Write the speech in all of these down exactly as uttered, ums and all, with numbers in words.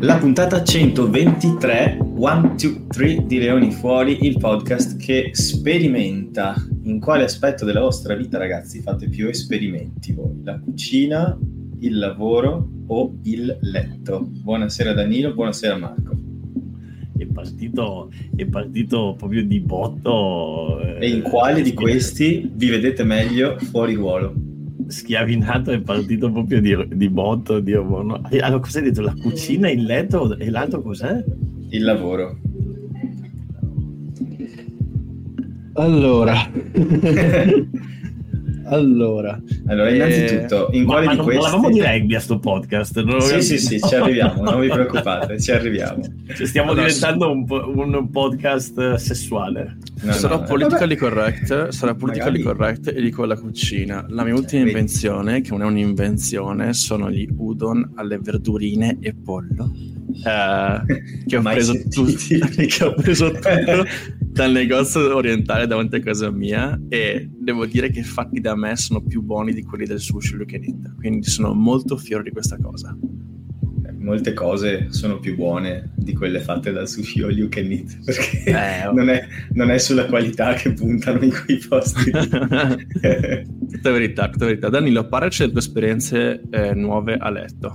La puntata centoventitré, one two three di Leoni Fuori, il podcast che sperimenta. In quale aspetto della vostra vita, ragazzi, fate più esperimenti voi? La cucina, il lavoro o il letto? Buonasera Danilo, buonasera Marco. È partito, è partito proprio di botto. E in quale di questi vi vedete meglio fuori ruolo? Schiavinato è partito proprio di, di botto. Dio, no. Allora, cosa hai detto? La cucina, il letto e l'altro cos'è? Il lavoro. Allora Allora Allora, innanzitutto, in ma, quale ma di non questi... parlavamo di rugby a sto podcast? Non sì, sì, sì, ci arriviamo, non vi preoccupate, ci arriviamo. Cioè, stiamo allora, diventando un, un podcast sessuale. No, sarò no, politically vabbè. correct Sarà politically Magari. correct e dico la cucina. La mia ultima vedi. invenzione, che non è un'invenzione, sono gli udon alle verdurine e pollo, eh, che ho Mai preso sentiti. tutti che ho preso tutto dal negozio orientale davanti a casa mia, e devo dire che fatti da me sono più buoni di quelli del sushi all you can eat, quindi sono molto fiero di questa cosa. Molte cose sono più buone di quelle fatte dal sushi all you can eat, perché Eh, non, è, non è sulla qualità che puntano in quei posti. tutta verità, tutta verità. Danilo, parlaci delle tue esperienze eh, nuove a letto.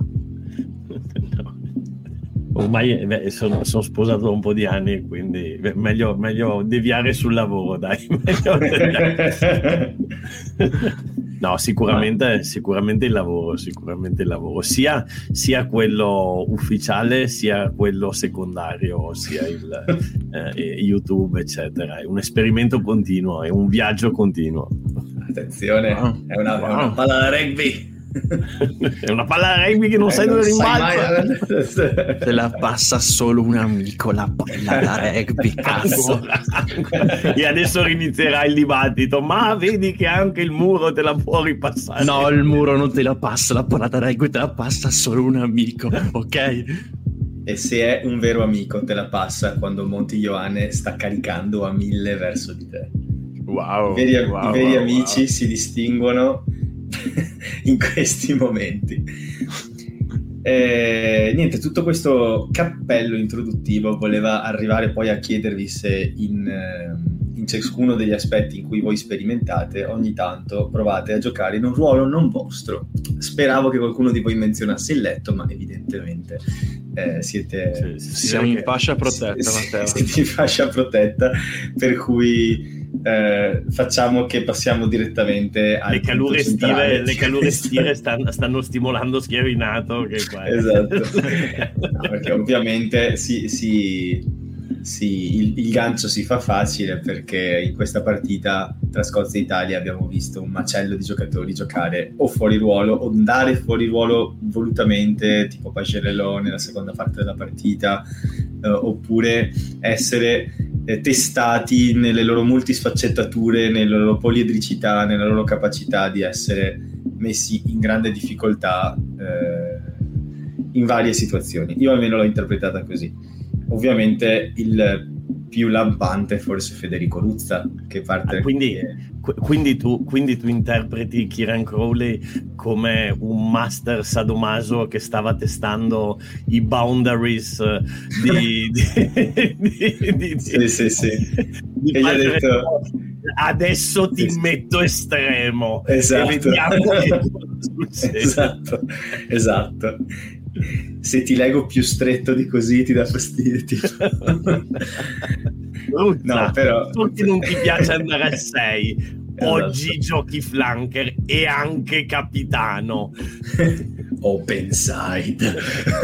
Ormai beh, sono, sono sposato da un po' di anni, quindi beh, meglio, meglio deviare sul lavoro, dai. Meglio deviare. No, sicuramente, sicuramente il lavoro, sicuramente il lavoro, sia, sia quello ufficiale, sia quello secondario, sia il eh, YouTube, eccetera. È un esperimento continuo, è un viaggio continuo. Attenzione, Wow. è una, Wow. è una palla da rugby. È una palla da rugby che non Eh, sai dove rimbalza. rimbalza. Se la passa solo un amico la palla da rugby, cazzo. Ancora. E adesso inizierà il dibattito, ma vedi che anche il muro te la può ripassare. No, il muro non te la passa, la palla da rugby te la passa solo un amico, ok? E se è un vero amico te la passa quando Monti Ioane sta caricando a mille verso di te. Wow, I veri, wow, i veri wow, amici wow. si distinguono in questi momenti. Eh, niente, tutto questo cappello introduttivo voleva arrivare poi a chiedervi se in, eh, in ciascuno degli aspetti in cui voi sperimentate ogni tanto provate a giocare in un ruolo non vostro. Speravo che qualcuno di voi menzionasse il letto, ma evidentemente eh, siete Sì, sì, sì, Siamo in perché- fascia protetta, sì, Matteo. siete in fascia protetta, per cui eh, facciamo che passiamo direttamente al le calure punto centrale estive, le di calure questa- estive stanno, stanno stimolando schiavinato che qua è. Esatto. No, perché ovviamente si, si, si- il, il gancio si fa facile, perché in questa partita tra Scozia e Italia abbiamo visto un macello di giocatori giocare o fuori ruolo o andare fuori ruolo volutamente, tipo Pagerello nella seconda parte della partita, eh, oppure essere eh, testati nelle loro multisfaccettature, nella loro poliedricità, nella loro capacità di essere messi in grande difficoltà eh, in varie situazioni. Io almeno l'ho interpretata così. Ovviamente il più lampante forse Federico Ruzza, che parte Ah, quindi, che- qu- quindi, tu, quindi tu interpreti Kieran Crowley come un master sadomaso che stava testando i boundaries eh, di, di, di, di, sì sì sì di e gli ha padre- detto adesso ti Sì, sì. metto estremo esatto e vediamo che cosa succede. esatto esatto se ti leggo più stretto di così ti dà fastidio tipo. Ruzza, No, però- tu che non ti piace andare a sei oggi Esatto. giochi flanker e anche capitano. Open side.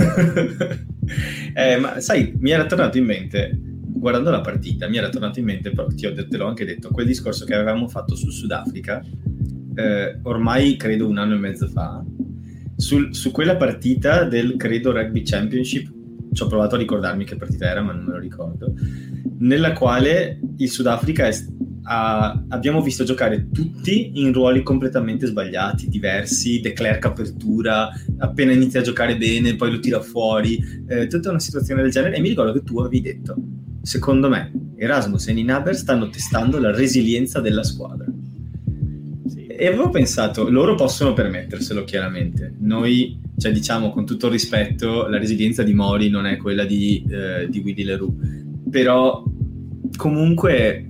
eh, ma sai, mi era tornato in mente, guardando la partita, mi era tornato in mente, però ti ho, te l'ho anche detto, quel discorso che avevamo fatto sul Sudafrica, eh, ormai credo un anno e mezzo fa, sul, su quella partita del, credo, Rugby Championship, ci ho provato a ricordarmi che partita era, ma non me lo ricordo, nella quale il Sudafrica è, ha, abbiamo visto giocare tutti in ruoli completamente sbagliati, diversi. De Klerk apertura, appena inizia a giocare bene poi lo tira fuori, eh, tutta una situazione del genere. E mi ricordo che tu avevi detto, secondo me Erasmus e Ninaber stanno testando la resilienza della squadra. Sì, e avevo pensato, loro possono permetterselo chiaramente, noi, cioè diciamo con tutto il rispetto, la resilienza di Mori non è quella di, eh, di Willy Leroux, però comunque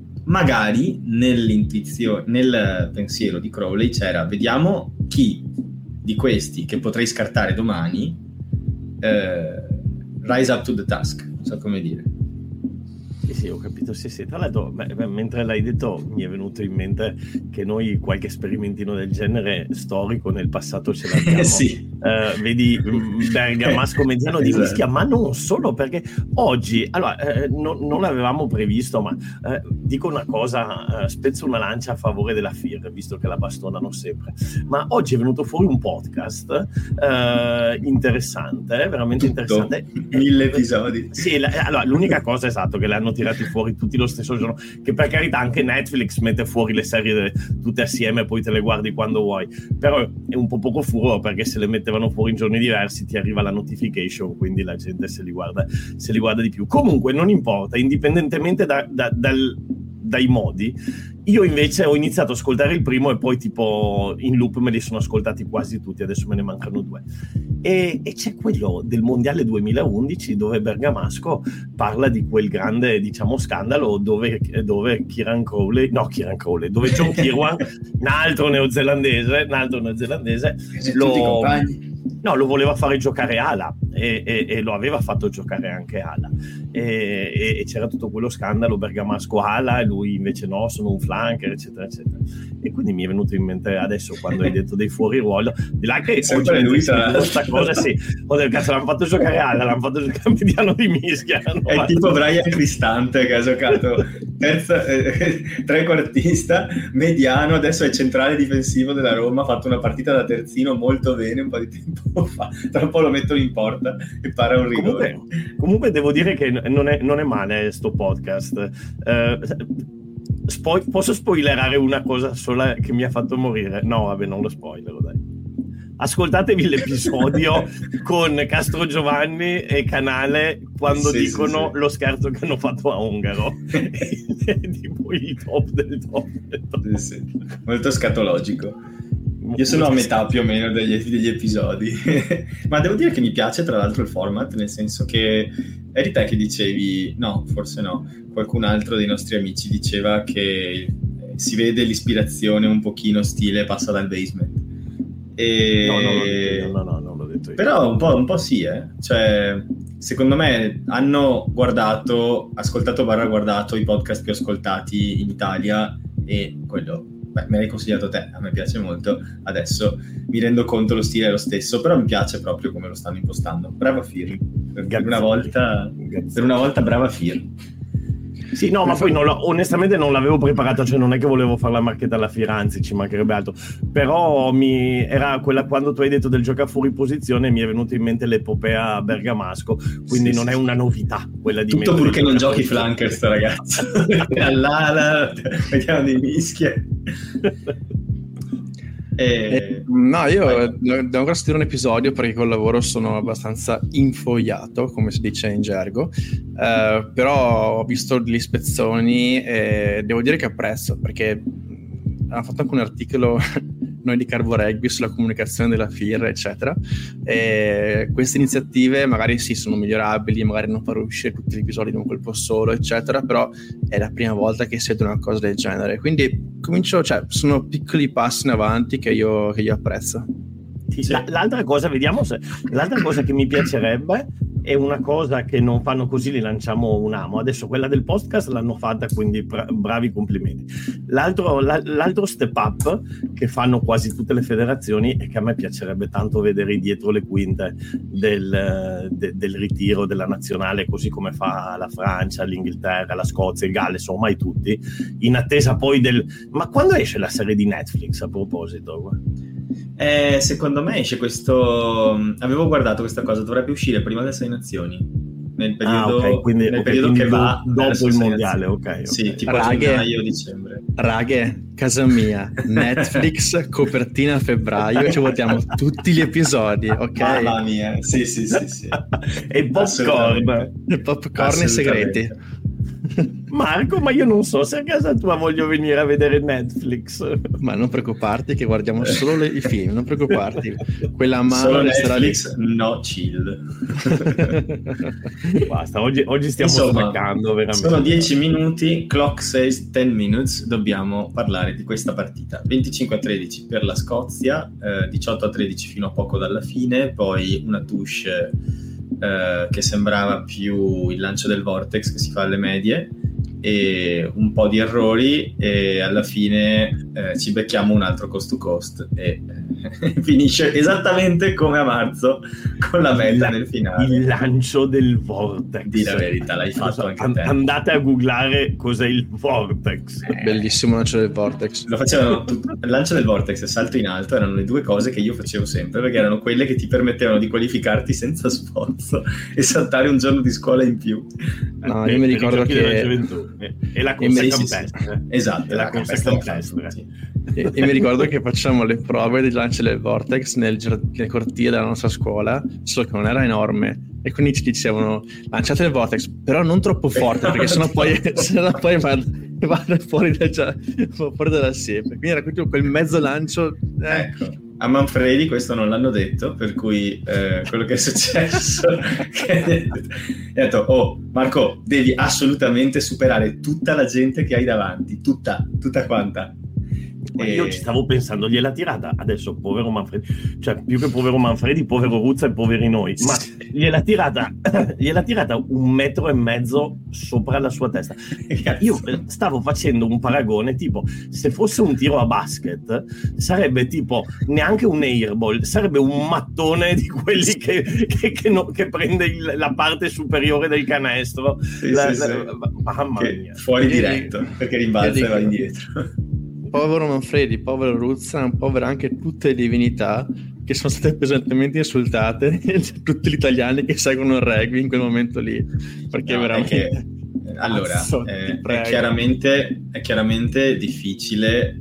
magari nell'intuizione, nel pensiero di Crowley c'era, vediamo chi di questi che potrei scartare domani eh, rise up to the task, non so come dire. Sì, sì, ho capito, sì, sì. Tra l'altro, beh, beh, mentre l'hai detto, mi è venuto in mente che noi qualche sperimentino del genere storico nel passato ce l'abbiamo. Sì. Uh, vedi Bergamasco mediano di Ischia, ma non solo, perché oggi, allora, eh, no, non l'avevamo previsto, ma eh, dico una cosa, eh, spezzo una lancia a favore della F I R, visto che la bastonano sempre, ma oggi è venuto fuori un podcast eh, interessante, veramente Tutto. interessante. Mille episodi. Sì, la, allora, l'unica cosa è esatto che le hanno tirati fuori tutti lo stesso giorno, che per carità anche Netflix mette fuori le serie tutte assieme e poi te le guardi quando vuoi, però è un po' poco furbo, perché se le mettevano fuori in giorni diversi ti arriva la notification, quindi la gente se li guarda, se li guarda di più. Comunque non importa, indipendentemente da, da, dal, dai modi, io invece ho iniziato ad ascoltare il primo e poi tipo in loop me li sono ascoltati quasi tutti, adesso me ne mancano due, e, e c'è quello del mondiale duemilaundici dove Bergamasco parla di quel grande, diciamo, scandalo dove, dove Kieran Crowley no Kieran Crowley dove John Kirwan un altro neozelandese un altro neozelandese lo, no, lo voleva fare giocare ala e, e, e lo aveva fatto giocare anche ala e, e, e c'era tutto quello scandalo Bergamasco ala e lui invece no, sono un flanker eccetera eccetera, e quindi mi è venuto in mente adesso quando hai detto dei fuori ruolo di là che sempre lui sarà questa cosa, sì, ho detto cazzo l'hanno fatto giocare ala, l'hanno fatto giocare mediano di Mischia, è fatto... tipo Brian Cristante che ha giocato terza, eh, trequartista mediano, adesso è centrale difensivo della Roma, ha fatto una partita da terzino molto bene un po' di tempo fa, tra un po' lo mettono in porta e para un rigore. Comunque, comunque devo dire che non è, non è male sto podcast. eh, Spo- posso spoilerare una cosa sola che mi ha fatto morire? No, vabbè, non lo spoilero, dai. Ascoltatevi l'episodio con Castro Giovanni e Canale quando sì, dicono sì, sì. lo scherzo che hanno fatto a Ungaro. È tipo il top del top. Del top. Sì, sì. Molto scatologico. Io sono a metà più o meno degli, degli episodi. Ma devo dire che mi piace tra l'altro il format, nel senso che eri te che dicevi, no, forse no, qualcun altro dei nostri amici diceva che si vede l'ispirazione un pochino stile Passa dal Basement. E... No, no, no, no, no, non l'ho detto io. Però un po', un po' sì, eh. Cioè, secondo me hanno guardato, ascoltato barra guardato i podcast più ascoltati in Italia e quello... Beh, me l'hai consigliato te, a me piace molto, adesso mi rendo conto lo stile è lo stesso, però mi piace proprio come lo stanno impostando. Brava F I R, per, per una volta, per una volta brava F I R. Sì, no, ma poi non lo, onestamente non l'avevo preparato, cioè non è che volevo fare la marchetta alla F I R, anzi ci mancherebbe altro, però mi era quella quando tu hai detto del gioca fuori posizione mi è venuto in mente l'epopea Bergamasco, quindi sì, non sì. è una novità quella di tutto purché non giochi flanker sto ragazzo. All'ala vediamo dei mischie. Eh, no, io vai. devo ancora sentire un episodio perché col lavoro sono abbastanza infogliato, come si dice in gergo, eh, però ho visto gli spezzoni e devo dire che apprezzo, perché hanno fatto anche un articolo noi di Carbo Rugby sulla comunicazione della F I R eccetera, e queste iniziative magari sì sono migliorabili, magari non far uscire tutti gli episodi in un colpo solo eccetera, però è la prima volta che sento una cosa del genere, quindi comincio, cioè sono piccoli passi in avanti che io, che io apprezzo. Sì. L'altra cosa, vediamo se l'altra cosa che mi piacerebbe è una cosa che non fanno così, li lanciamo un amo. Adesso quella del podcast l'hanno fatta, quindi bra- bravi complimenti. L'altro, la, l'altro step up che fanno quasi tutte le federazioni e che a me piacerebbe tanto vedere dietro le quinte del, de, del ritiro della nazionale, così come fa la Francia, l'Inghilterra, la Scozia, il Galles, sono mai tutti, in attesa poi del... Ma quando esce la serie di Netflix, a proposito? Eh, secondo me esce questo. Avevo guardato questa cosa, dovrebbe uscire prima delle Sei Nazioni. Nel periodo, ah, okay. quindi, nel okay, periodo quindi che va dopo il mondiale, ok. okay. Sì, tipo Raghe, gennaio dicembre. Raghe, casa mia, Netflix, copertina a febbraio, ci votiamo tutti gli episodi, ok? Mamma mia, sì, sì, sì, sì. E popcorn, e popcorn e segreti. Marco, ma io non so se a casa tua voglio venire a vedere Netflix. Ma non preoccuparti che guardiamo solo le, i film, non preoccuparti. Quella mano solo resterà Netflix, lì. no chill. Basta, oggi, oggi stiamo Insomma, staccando veramente. Sono dieci minuti, clock says ten minutes, dobbiamo parlare di questa partita. venticinque a tredici per la Scozia, eh, diciotto a tredici fino a poco dalla fine, poi una touche eh, che sembrava più il lancio del Vortex che si fa alle medie, e un po' di errori, e alla fine eh, ci becchiamo un altro coast to coast e eh, finisce esattamente come a marzo con la meta nel finale. Il lancio del Vortex, di la verità, l'hai fatto anche te. Andate a googlare cos'è il Vortex. Eh, bellissimo lancio del Vortex. Lo facevano tutto. Il lancio del Vortex e salto in alto erano le due cose che io facevo sempre, perché erano quelle che ti permettevano di qualificarti senza sforzo e saltare un giorno di scuola in più. No, io mi ricordo che e la corsa mi... campestre, esatto, e la, la corsa campestre, sì. e, e mi ricordo che facciamo le prove di lancio del Vortex nel, nel cortile della nostra scuola, solo che non era enorme, e quindi ci dicevano lanciate il Vortex, però non troppo forte perché sennò poi, sennò poi vado, vado fuori, da, fuori dalla siepe. Quindi era quel, quel mezzo lancio, eh. Ecco, a Manfredi questo non l'hanno detto, per cui eh, quello che è successo che ha detto: oh Marco, devi assolutamente superare tutta la gente che hai davanti, tutta, tutta quanta. Ma e... io ci stavo pensando, gliela tirata adesso, povero Manfredi, cioè più che povero Manfredi, povero Ruzza e poveri noi, ma gliela tirata gliela tirata un metro e mezzo sopra la sua testa. Io stavo facendo un paragone, tipo se fosse un tiro a basket sarebbe tipo neanche un airball, sarebbe un mattone di quelli che, che, che, no, che prende il, la parte superiore del canestro, sì, la, sì, la, sì. Mamma che mia, fuori diretto perché rimbalza e va indietro. Povero Manfredi, povero Ruzza, povero anche tutte le divinità che sono state pesantemente insultate, tutti gli italiani che seguono il rugby in quel momento lì, perché no, veramente è che, allora Cazzo, eh, è, chiaramente, è chiaramente difficile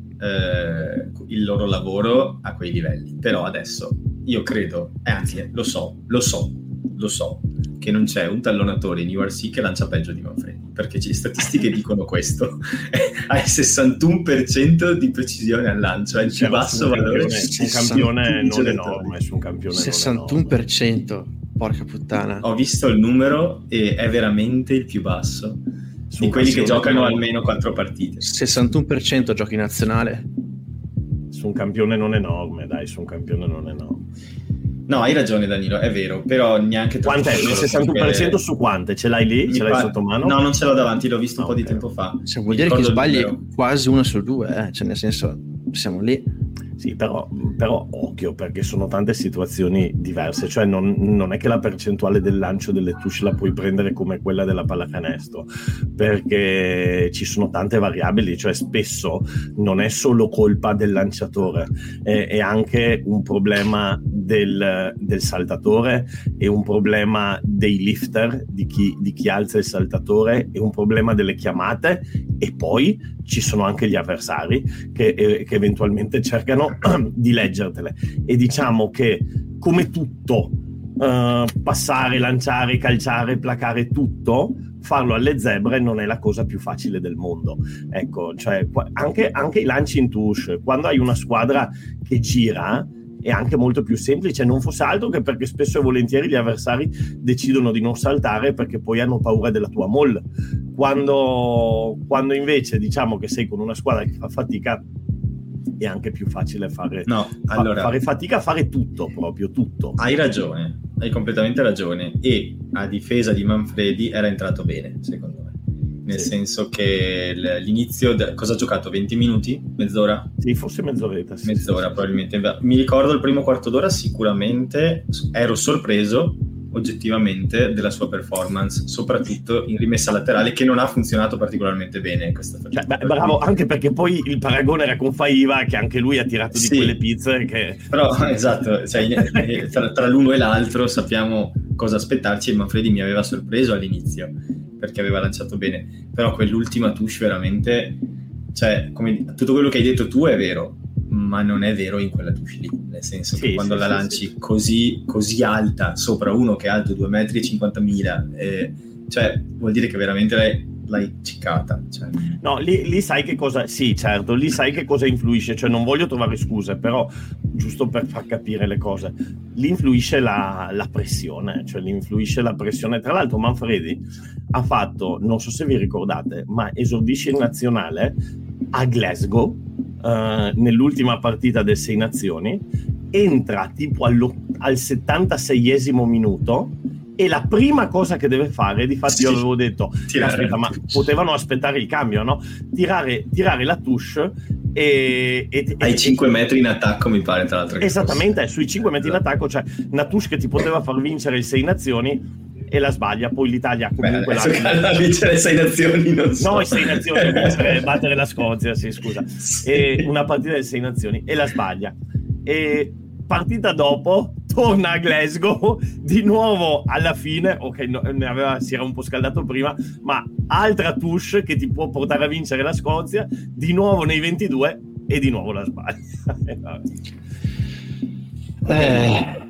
eh, il loro lavoro a quei livelli, però adesso io credo, eh, anzi lo so, lo so, lo so che non c'è un tallonatore in U R C che lancia peggio di Manfredi, perché le statistiche dicono questo. Hai il sessantuno per cento di precisione al lancio, è il più basso valore. Su un campione non enorme, su un campione sessantuno per cento, porca puttana. Ho visto il numero e è veramente il più basso su di quelli che giocano almeno quattro partite. sessantuno per cento giochi nazionale. Su un campione non enorme, dai, su un campione non enorme. No, hai ragione Danilo, è vero, però neanche troppo. Quant'è? Il sessantuno per cento su quante? Ce l'hai lì? Mi ce l'hai pa- sotto mano? No, non ce l'ho davanti, l'ho visto un okay. po' di tempo fa. Cioè, vuol dire che sbagli quasi uno su due, eh? Cioè nel senso, siamo lì. Sì, però, però occhio, perché sono tante situazioni diverse, cioè non, non è che la percentuale del lancio delle touche la puoi prendere come quella della pallacanestro, perché ci sono tante variabili, cioè spesso non è solo colpa del lanciatore, è, è anche un problema del, del saltatore, è un problema dei lifter, di chi, di chi alza il saltatore, è un problema delle chiamate, e poi ci sono anche gli avversari che, eh, che eventualmente cercano di leggertele. E diciamo che come tutto, uh, passare, lanciare, calciare, placare tutto, farlo alle zebre non è la cosa più facile del mondo. Ecco, cioè anche, anche i lanci in touche, quando hai una squadra che gira, è anche molto più semplice, non fosse altro che perché spesso e volentieri gli avversari decidono di non saltare perché poi hanno paura della tua moll. Quando, quando invece diciamo che sei con una squadra che fa fatica, è anche più facile fare, no, allora, fare fatica a fare tutto, proprio tutto. Hai ragione, hai completamente ragione, e a difesa di Manfredi era entrato bene, secondo me. Nel sì. senso che l'inizio, de- cosa ha giocato? venti minuti? Mezz'ora? Sì, forse mezz'oretta. Sì, Mezz'ora sì, probabilmente. Sì. Mi ricordo il primo quarto d'ora sicuramente, ero sorpreso oggettivamente della sua performance, soprattutto in rimessa laterale, che non ha funzionato particolarmente bene in questa cioè, beh, bravo, anche perché poi il paragone era con Faiva, che anche lui ha tirato di sì. quelle pizze che... Però esatto, cioè, tra, tra l'uno e l'altro sappiamo cosa aspettarci, e Manfredi mi aveva sorpreso all'inizio perché aveva lanciato bene, però quell'ultima touche veramente, cioè come, tutto quello che hai detto tu è vero, ma non è vero in quella touche lì, nel senso sì, che quando sì, la lanci sì. così, così alta sopra uno che è alto due metri e cinquantamila, eh, cioè vuol dire che veramente l'hai ciccata. Cioè. No, lì, lì sai che cosa... Sì, certo, lì sai che cosa influisce. Cioè, non voglio trovare scuse, però, giusto per far capire le cose, lì influisce la, la pressione. Cioè, lì influisce la pressione. Tra l'altro, Manfredi ha fatto, non so se vi ricordate, ma esordisce in nazionale a Glasgow, uh, nell'ultima partita del Sei Nazioni, entra tipo allo, al settantaseiesimo minuto, e la prima cosa che deve fare, difatti sì, io avevo detto, aspetta, ma potevano aspettare il cambio, no? Tirare, tirare la touche e... e ai e, cinque metri in attacco, mi pare, tra l'altro. Esattamente, sui cinque metri in attacco, cioè una touche che ti poteva far vincere il Sei Nazioni e la sbaglia. Poi l'Italia comunque... Beh, la... la vincere Sei Nazioni, non so. No, i Sei Nazioni, vincere, battere la Scozia, sì, scusa. Sì. E una partita del Sei Nazioni e la sbaglia. E... partita dopo torna a Glasgow di nuovo alla fine, ok, no, ne aveva, si era un po' scaldato prima, ma altra touche che ti può portare a vincere la Scozia, di nuovo nei ventidue e di nuovo la sbaglia. eh,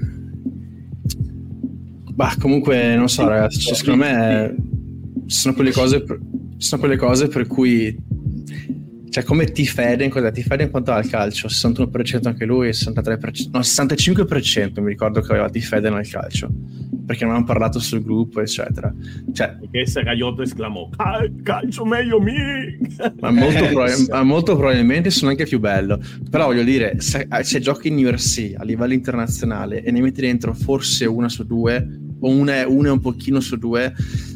bah, comunque non so ragazzi, cioè, secondo me sono quelle cose per, sono quelle cose per cui, cioè, come T-Feden, cosa T-Feden quanto al calcio? sessantuno per cento anche lui, sessantatré per cento, no, sessantacinque per cento mi ricordo che aveva T-Feden al calcio, perché non avevamo parlato sul gruppo, eccetera. Cioè, perché Serraiotto esclamò Cal- calcio meglio mi! Ma molto, prob- ma molto probabilmente sono anche più bello. Però voglio dire, se, se giochi in U R C a livello internazionale e ne metti dentro forse una su due, o una, una un pochino su due,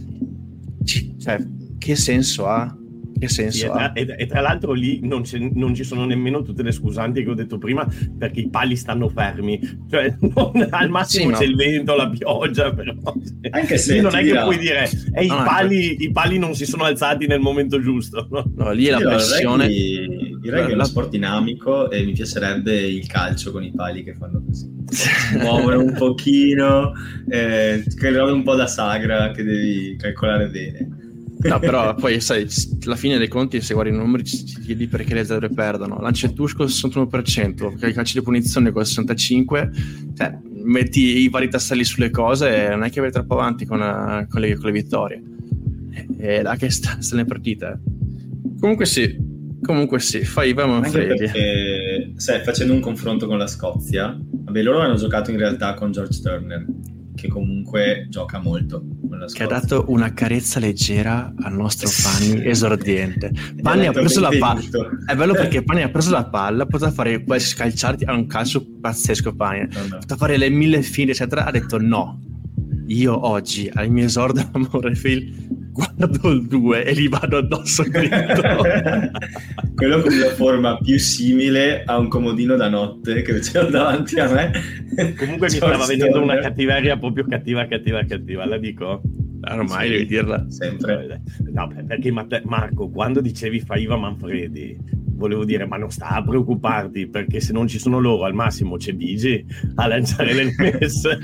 cioè, che senso ha? Che senso sì, e, tra, e, e tra l'altro lì non, non ci sono nemmeno tutte le scusanti che ho detto prima, perché i pali stanno fermi, cioè non, al massimo sì, c'è no. il vento, la pioggia, però anche se non è dirà... che puoi dire e no, i, pali, no. i pali non si sono alzati nel momento giusto, no, no lì è la pressione. Il rugby è uno sport dinamico e mi piacerebbe il calcio con i pali che fanno così, muovono un pochino, eh, creano un po' da sagra che devi calcolare bene. No, però poi sai, alla fine dei conti, se guardi i numeri ci chiedi perché le azzurre perdono. Lancia e touche col sessantuno per cento, i calci di punizione col sessantacinque per cento, cioè metti i vari tasselli sulle cose e non è che vai troppo avanti con, uh, con, le, con le vittorie. E là che sta, sta nelle partite. Comunque sì, comunque sì, fai va Manfredi. Perché, sai, facendo un confronto con la Scozia, vabbè, loro hanno giocato in realtà con George Turner, che comunque gioca molto, che ha dato una carezza leggera al nostro Fanny esordiente. Fanny ha preso la palla, è bello perché Fanny ha preso la palla, poteva fare calciarti a un calcio pazzesco. Fanny no, no. poteva fare le mille fine eccetera, ha detto no, io oggi al mio esordio a Morefield guardo il due e gli vado addosso dentro. Quello con la forma più simile a un comodino da notte che c'era davanti a me. Comunque mi stava venendo una cattiveria proprio cattiva cattiva cattiva, la dico? Ormai sì, devi dirla sempre. No, perché Marco, quando dicevi Faiva Manfredi, volevo dire, ma non sta a preoccuparti, perché se non ci sono loro, al massimo c'è Bigi a lanciare le messe.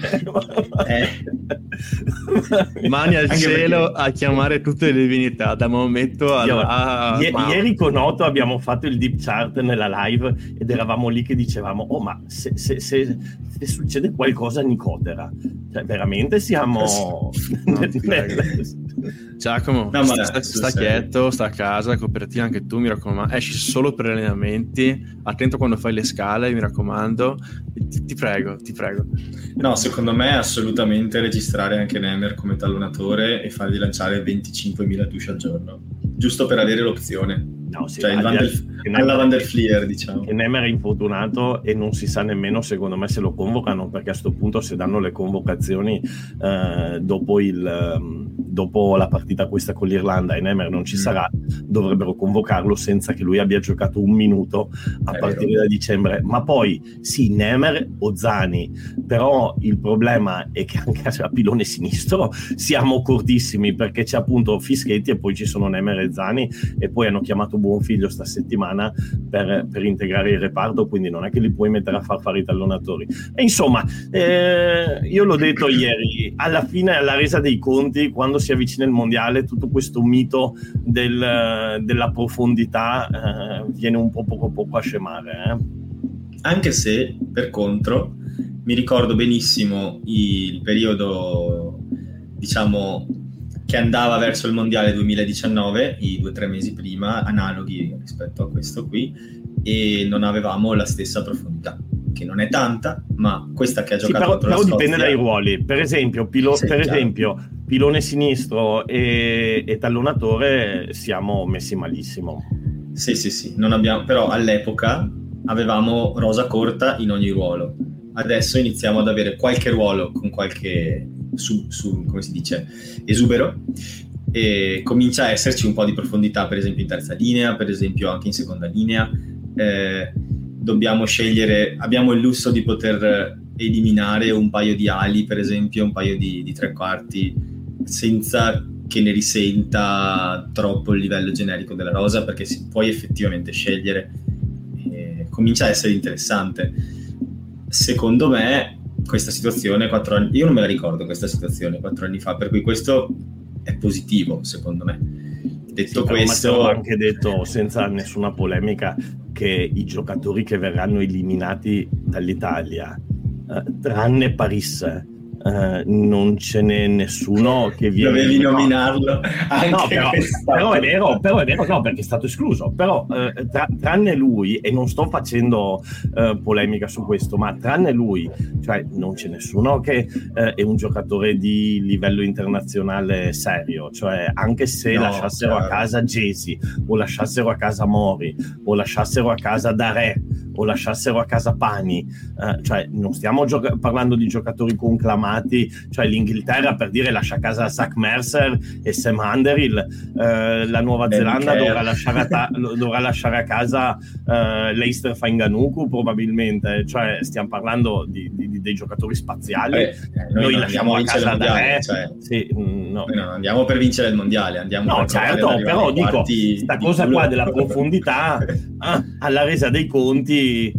eh. Mani al Anche cielo perché... a chiamare tutte le divinità da momento alla... Io, i- ieri con Otto abbiamo fatto il deep chart nella live ed eravamo lì che dicevamo oh ma se, se, se, se succede qualcosa a Nicotera, cioè veramente siamo no, Giacomo, no, sta, sta, sta quieto, sta a casa, copertina anche tu, mi raccomando, esci solo per allenamenti, attento quando fai le scale, mi raccomando, ti, ti prego, ti prego. No, secondo me assolutamente registrare anche Nemer come tallonatore e fargli lanciare venticinquemila touche al giorno, giusto per avere l'opzione. No, sì, cioè il Van der, alla Van der Flier, diciamo. Che Nemer è infortunato e non si sa nemmeno secondo me se lo convocano, perché a sto punto se danno le convocazioni eh, dopo, il, dopo la partita questa con l'Irlanda e Nemer non ci mm. sarà, dovrebbero convocarlo senza che lui abbia giocato un minuto a è partire vero. da dicembre. Ma poi sì, Nemer o Zani, però il problema è che anche a pilone sinistro siamo cortissimi, perché c'è appunto Fischetti e poi ci sono Nemer e Zani e poi hanno chiamato Buonfiglio sta settimana per, per integrare il reparto, quindi non è che li puoi mettere a far fare i tallonatori. E insomma, eh, io l'ho detto ieri, alla fine, alla resa dei conti, quando si avvicina il mondiale, tutto questo mito del, della profondità eh, viene un po' poco poco a scemare. Eh. Anche se, per contro, mi ricordo benissimo il periodo, diciamo, che andava verso il mondiale duemiladiciannove, i due o tre mesi prima, analoghi rispetto a questo qui, e non avevamo la stessa profondità, che non è tanta, ma questa che ha giocato sì, però, contro però la Scozia... dipende dai ruoli. Per esempio, pilo- sì, per chiaro. esempio pilone sinistro e, e tallonatore siamo messi malissimo. Sì, sì, sì, non abbiamo, però all'epoca avevamo rosa corta in ogni ruolo. Adesso iniziamo ad avere qualche ruolo con qualche su, su come si dice, esubero, e comincia a esserci un po' di profondità, per esempio in terza linea, per esempio anche in seconda linea. Eh, dobbiamo scegliere, abbiamo il lusso di poter eliminare un paio di ali, per esempio, un paio di, di tre quarti, senza che ne risenta troppo il livello generico della rosa, perché si puoi effettivamente scegliere. E comincia a essere interessante. Secondo me questa situazione quattro anni, io non me la ricordo questa situazione quattro anni fa, per cui questo è positivo secondo me. Detto sì, questo, ho anche detto senza nessuna polemica che i giocatori che verranno eliminati dall'Italia, eh, tranne Paris, Uh, non ce n'è nessuno che viene. Dovevi nominarlo anche no, però, però è vero, però è vero, no, perché è stato escluso. Però uh, tra, tranne lui, e non sto facendo uh, polemica su questo, ma tranne lui, cioè non c'è nessuno che uh, è un giocatore di livello internazionale serio. Cioè, anche se no, lasciassero chiaro. a casa Gesi, o lasciassero a casa Mori, o lasciassero a casa Daré, o lasciassero a casa Pani, uh, cioè non stiamo gioca- parlando di giocatori conclamati. Cioè l'Inghilterra, per dire, lascia a casa Zach Mercer e Sam Underhill, eh, la Nuova ben Zelanda dovrà lasciare, a ta- dovrà lasciare a casa eh, Leicester Fainga'anuku probabilmente. Cioè stiamo parlando di, di, di dei giocatori spaziali. Beh, noi, noi lasciamo a casa da re, cioè, sì, no. noi non andiamo per vincere il mondiale, andiamo no, per certo, però dico sta cosa culo. Qua della profondità ah, alla resa dei conti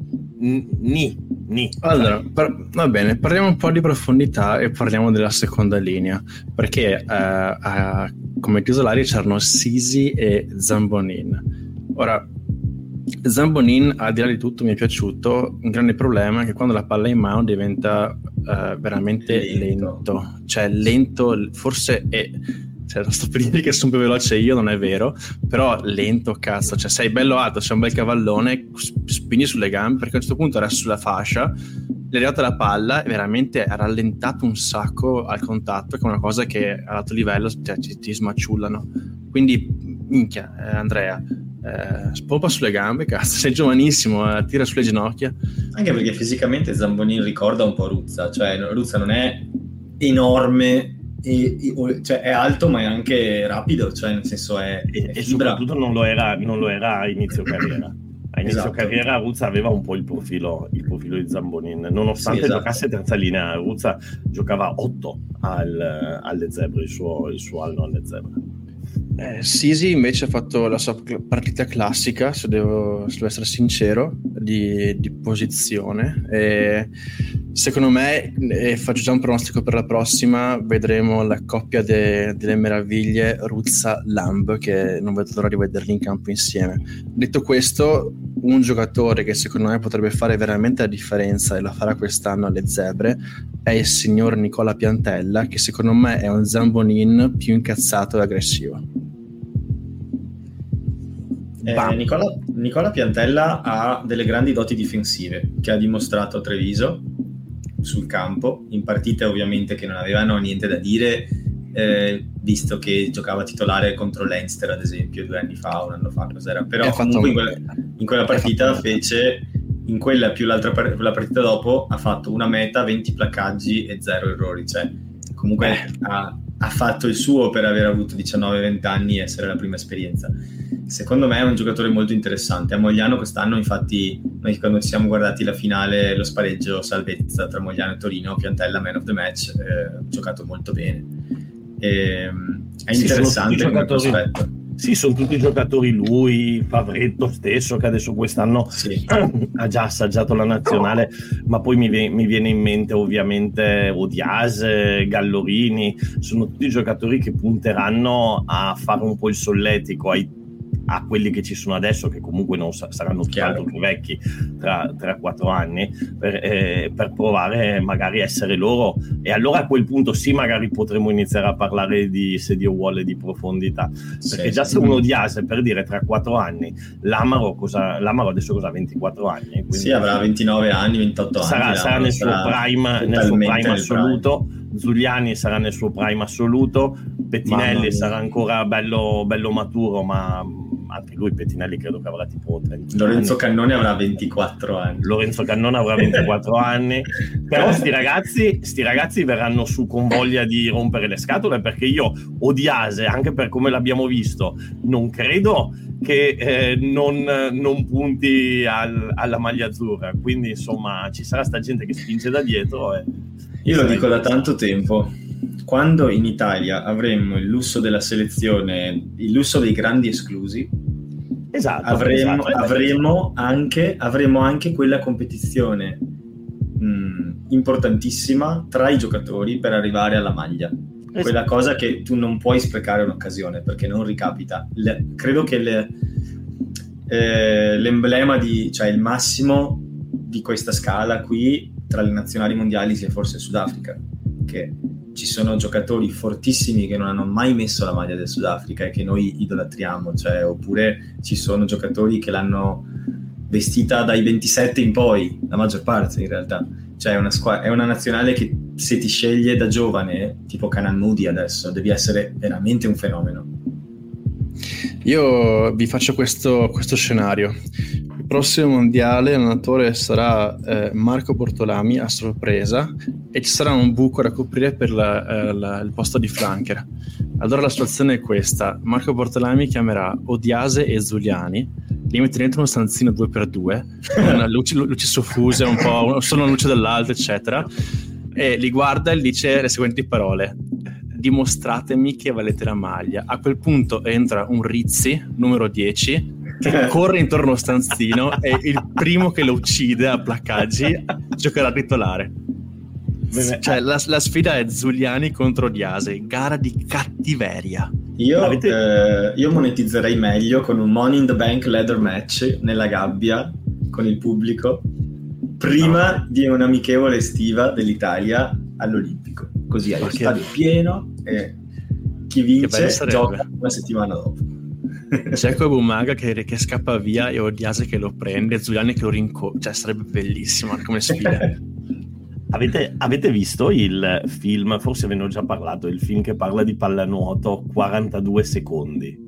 ni Ni. Allora, par- va bene, parliamo un po' di profondità e parliamo della seconda linea, perché uh, uh, come titolari c'erano Sisi e Zambonin. Ora, Zambonin, al di là di tutto, mi è piaciuto. Un grande problema è che quando la palla è in mano diventa uh, veramente lento. lento, cioè lento, forse è... Cioè, non sto per dire che sono più veloce io, non è vero, però lento, cazzo, cioè sei bello alto, sei un bel cavallone, spingi sulle gambe, perché a un certo punto era sulla fascia, gli è arrivata la palla e veramente ha rallentato un sacco al contatto, che è una cosa che a alto livello cioè, ti, ti smaciullano. Quindi, minchia, eh, Andrea, eh, spompa sulle gambe, cazzo, sei giovanissimo, eh, tira sulle ginocchia. Anche perché fisicamente Zambonin ricorda un po' Ruzza, cioè Ruzza non è enorme, E, e, cioè è alto ma è anche rapido, cioè nel senso è, e, è e soprattutto non lo era non lo era a inizio carriera a inizio esatto. carriera Ruzza aveva un po' il profilo il profilo di Zambonin, nonostante sì, esatto. giocasse terza linea. Ruzza giocava otto al, alle Zebre, il suo, il suo anno alle Zebre. Eh, Sisi invece ha fatto la sua partita classica, se devo, se devo essere sincero, di, di posizione. E secondo me, e faccio già un pronostico per la prossima, vedremo la coppia de, delle meraviglie Ruzza-Lamb, che non vedo l'ora di vederli in campo insieme. Detto questo, un giocatore che secondo me potrebbe fare veramente la differenza, e la farà quest'anno alle Zebre, è il signor Nicola Piantella, che secondo me è un Zambonin più incazzato e aggressivo. Eh, Nicola, Nicola Piantella ha delle grandi doti difensive che ha dimostrato a Treviso sul campo, in partite ovviamente che non avevano niente da dire, eh, visto che giocava titolare contro Leinster ad esempio due anni fa, un anno fa, cos'era, però comunque in quella, in quella partita fece, in quella più l'altra la partita dopo ha fatto una meta, venti placcaggi e zero errori, cioè comunque eh. ha, ha fatto il suo per aver avuto diciannove venti anni e essere la prima esperienza. Secondo me è un giocatore molto interessante. A Mogliano quest'anno, infatti, noi quando ci siamo guardati la finale, lo spareggio salvezza tra Mogliano e Torino, Piantella man of the match, eh, ha giocato molto bene. E, è sì, interessante come prospetto. Sì, sono tutti giocatori, lui, Favretto stesso, che adesso quest'anno sì. ha già assaggiato la nazionale, ma poi mi viene, mi viene in mente ovviamente Odiase, Gallorini, sono tutti giocatori che punteranno a fare un po' il solletico ai a quelli che ci sono adesso, che comunque non sa- saranno tutt'altro più vecchi tra tre quattro anni, per, eh, per provare magari a essere loro, e allora a quel punto sì, magari potremo iniziare a parlare di sediovuole di profondità, perché sì, già sì. se uno odiase, per dire, tra quattro anni, l'Amaro, cosa, l'Amaro adesso cosa ha, ventiquattro anni? Quindi sì, avrà ventinove anni, ventotto sarà, anni. sarà nel suo prime, nel suo prime assoluto. Prime. Zuliani sarà nel suo prime assoluto, Pettinelli sarà ancora bello, bello maturo, ma anche lui, Pettinelli, credo che avrà tipo trenta Lorenzo anni. Cannone avrà ventiquattro anni. Lorenzo Cannone avrà ventiquattro anni. Però sti ragazzi, sti ragazzi verranno su con voglia di rompere le scatole, perché io odiase, anche per come l'abbiamo visto, non credo che eh, non, non punti al, alla maglia azzurra. Quindi insomma ci sarà sta gente che spinge da dietro e io lo dico da tanto tempo, quando in Italia avremmo il lusso della selezione, il lusso dei grandi esclusi, esatto, avremo, esatto. avremo, anche, avremo anche quella competizione mh, importantissima tra i giocatori per arrivare alla maglia. Esatto. Quella cosa che tu non puoi sprecare un'occasione, perché non ricapita. Le, credo che le, eh, l'emblema di, cioè il massimo di questa scala qui tra le nazionali mondiali sia forse il Sudafrica, che ci sono giocatori fortissimi che non hanno mai messo la maglia del Sudafrica e che noi idolatriamo, cioè, oppure ci sono giocatori che l'hanno vestita dai ventisette in poi, la maggior parte in realtà, cioè è una, squa- è una nazionale che se ti sceglie da giovane, tipo Canan Moody adesso, devi essere veramente un fenomeno. Io vi faccio questo, questo scenario. Il prossimo mondiale l'allenatore sarà eh, Marco Bortolami a sorpresa, e ci sarà un buco da coprire per la, eh, la, il posto di flanker. Allora la situazione è questa: Marco Bortolami chiamerà Odiase e Zuliani, li mette dentro uno stanzino due per due, con luci, luci soffuse, un po' solo una luce dall'alto, eccetera, e li guarda e dice le seguenti parole: dimostratemi che valete la maglia. A quel punto entra un Rizzi, numero dieci, che corre intorno allo stanzino e il primo che lo uccide a placcaggi giocherà titolare. Cioè la, la sfida è Zuliani contro Diase, gara di cattiveria. Io, Avete... eh, io monetizzerei meglio con un Money in the Bank leather match nella gabbia con il pubblico prima no. di un'amichevole estiva dell'Italia all'Olimpico, così hai lo stadio pieno e chi vince gioca una settimana dopo. Dzeko Bumaga che, che scappa via e Odiase che lo prende, Zuliani che lo rincorre, cioè sarebbe bellissimo come sfida. Avete, avete visto il film, forse ve ne ho già parlato, il film che parla di pallanuoto, quarantadue secondi?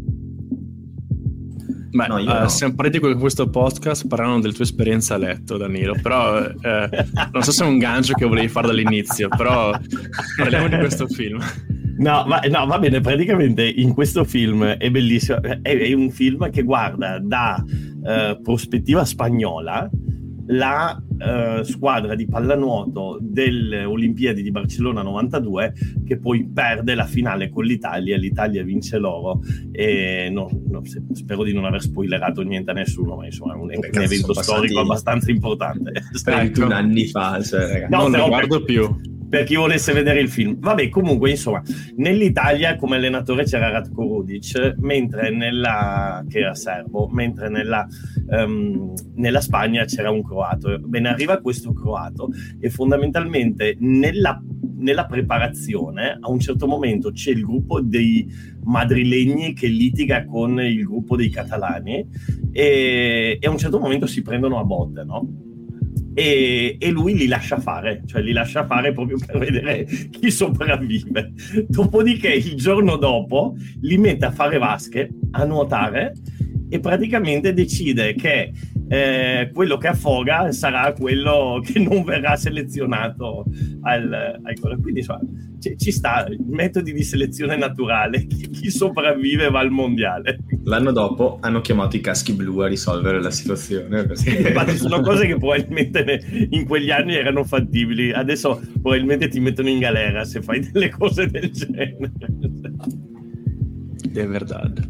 Beh, no, uh, no. Siamo partiti con questo podcast parlando della tua esperienza a letto, Danilo, però eh, non so se è un gancio che volevi fare dall'inizio, però parliamo di questo film. No, va, no, va bene, praticamente in questo film è bellissimo, è, è un film che guarda da uh, prospettiva spagnola la uh, squadra di pallanuoto delle Olimpiadi di Barcellona novantadue, che poi perde la finale con l'Italia, l'Italia vince l'oro, e no, no, spero di non aver spoilerato niente a nessuno, ma insomma è un, Beh, un evento storico abbastanza importante. ventuno anni fa, cioè, no, non lo guardo più. Per chi volesse vedere il film. Vabbè, comunque, insomma, nell'Italia come allenatore c'era Ratko Rudic, mentre nella che era serbo, mentre nella, um, nella Spagna c'era un croato. Bene, arriva questo croato e fondamentalmente nella, nella preparazione a un certo momento c'è il gruppo dei madrilegni che litiga con il gruppo dei catalani e, e a un certo momento si prendono a botte, no? E, e lui li lascia fare, cioè li lascia fare proprio per vedere chi sopravvive. Dopodiché il giorno dopo li mette a fare vasche, a nuotare, e praticamente decide che eh, quello che affoga sarà quello che non verrà selezionato al, al quindi insomma, ci, ci sta metodi di selezione naturale, chi, chi sopravvive va al mondiale. L'anno dopo hanno chiamato i caschi blu a risolvere la situazione, perché... infatti sono cose che probabilmente in quegli anni erano fattibili, adesso probabilmente ti mettono in galera se fai delle cose del genere. È verdad.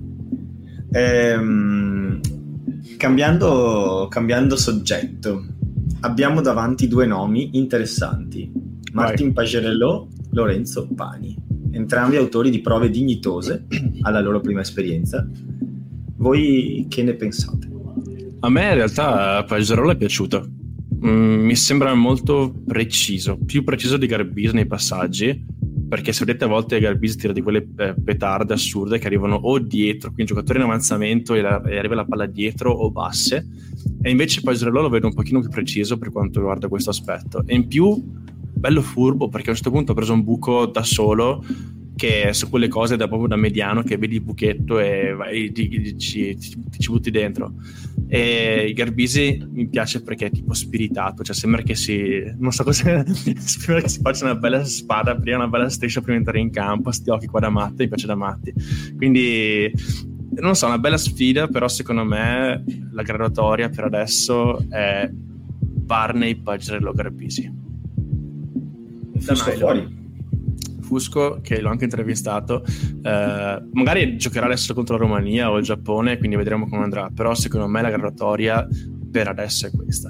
Ehm, cambiando, cambiando soggetto, abbiamo davanti due nomi interessanti: Martin Pagerello, Lorenzo Pani, entrambi autori di prove dignitose alla loro prima esperienza. Voi che ne pensate? A me in realtà Pagerello è piaciuto. Mm, mi sembra molto preciso, più preciso di Garbisi nei passaggi, perché se vedete a volte Garbisi tira di quelle eh, petarde assurde che arrivano o dietro, quindi giocatori in avanzamento e, la, e arriva la palla dietro o basse, e invece Pagerello lo vedo un pochino più preciso per quanto riguarda questo aspetto, e in più bello furbo, perché a un certo punto ha preso un buco da solo, che su quelle cose da proprio da mediano che vedi il buchetto e vai, ti, ti, ti, ti ci butti dentro. E Garbisi mi piace perché è tipo spiritato, cioè sembra che si non so cosa sembra che si faccia una bella spada prima, una bella striscia prima di entrare in campo, sti occhi qua da matti, mi piace da matti, quindi non so, una bella sfida, però secondo me la graduatoria per adesso è Barney, Pagerello, Garbisi. Fusco fuori. Fusco, che l'ho anche intervistato, eh, magari giocherà adesso contro la Romania o il Giappone, quindi vedremo come andrà, però secondo me la graduatoria per adesso è questa.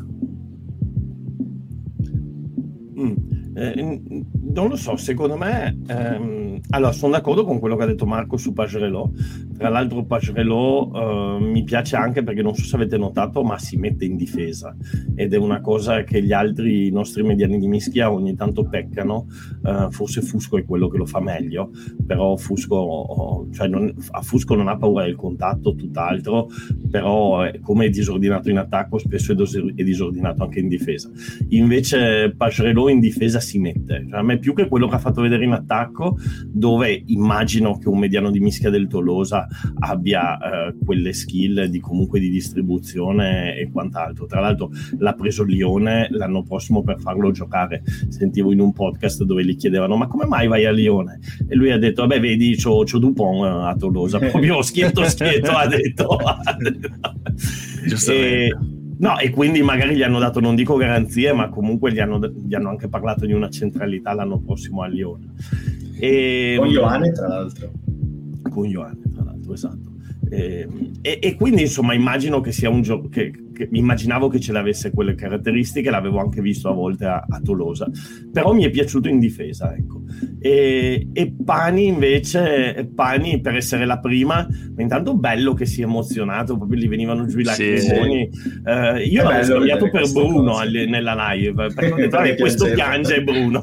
Mm. Eh, non lo so, secondo me ehm, allora sono d'accordo con quello che ha detto Marco su Pagerello. Tra l'altro Pagerello eh, mi piace anche perché non so se avete notato, ma si mette in difesa, ed è una cosa che gli altri, i nostri mediani di mischia ogni tanto peccano. Eh, forse Fusco è quello che lo fa meglio, però Fusco, cioè non, a Fusco non ha paura del contatto, tutt'altro, però è, come è disordinato in attacco spesso è, dos- è disordinato anche in difesa. Invece Pagerello in difesa si mette, cioè, a me più che quello che ha fatto vedere in attacco, dove immagino che un mediano di mischia del Tolosa abbia eh, quelle skill di comunque di distribuzione e quant'altro. Tra l'altro l'ha preso Lione l'anno prossimo per farlo giocare. Sentivo in un podcast dove gli chiedevano ma come mai vai a Lione, e lui ha detto vabbè vedi c'ho, c'ho Dupont a Tolosa, proprio schietto schietto ha detto. Giustamente. E, no, e quindi magari gli hanno dato, non dico garanzie, ma comunque gli hanno, gli hanno anche parlato di una centralità l'anno prossimo a Lione. E, con Ioane, tra l'altro. Con Ioane, tra l'altro, esatto. E, e, e quindi insomma immagino che sia un gioco che, che immaginavo che ce l'avesse quelle caratteristiche, l'avevo anche visto a volte a, a Tolosa, però mi è piaciuto in difesa, ecco. E, e Pani invece, Pani per essere la prima, intanto bello che si è emozionato, proprio gli venivano giù i lacrimoni. Sì. Uh, io l'avevo scambiato per Bruno alle, nella live, perché ho detto questo piange Bruno.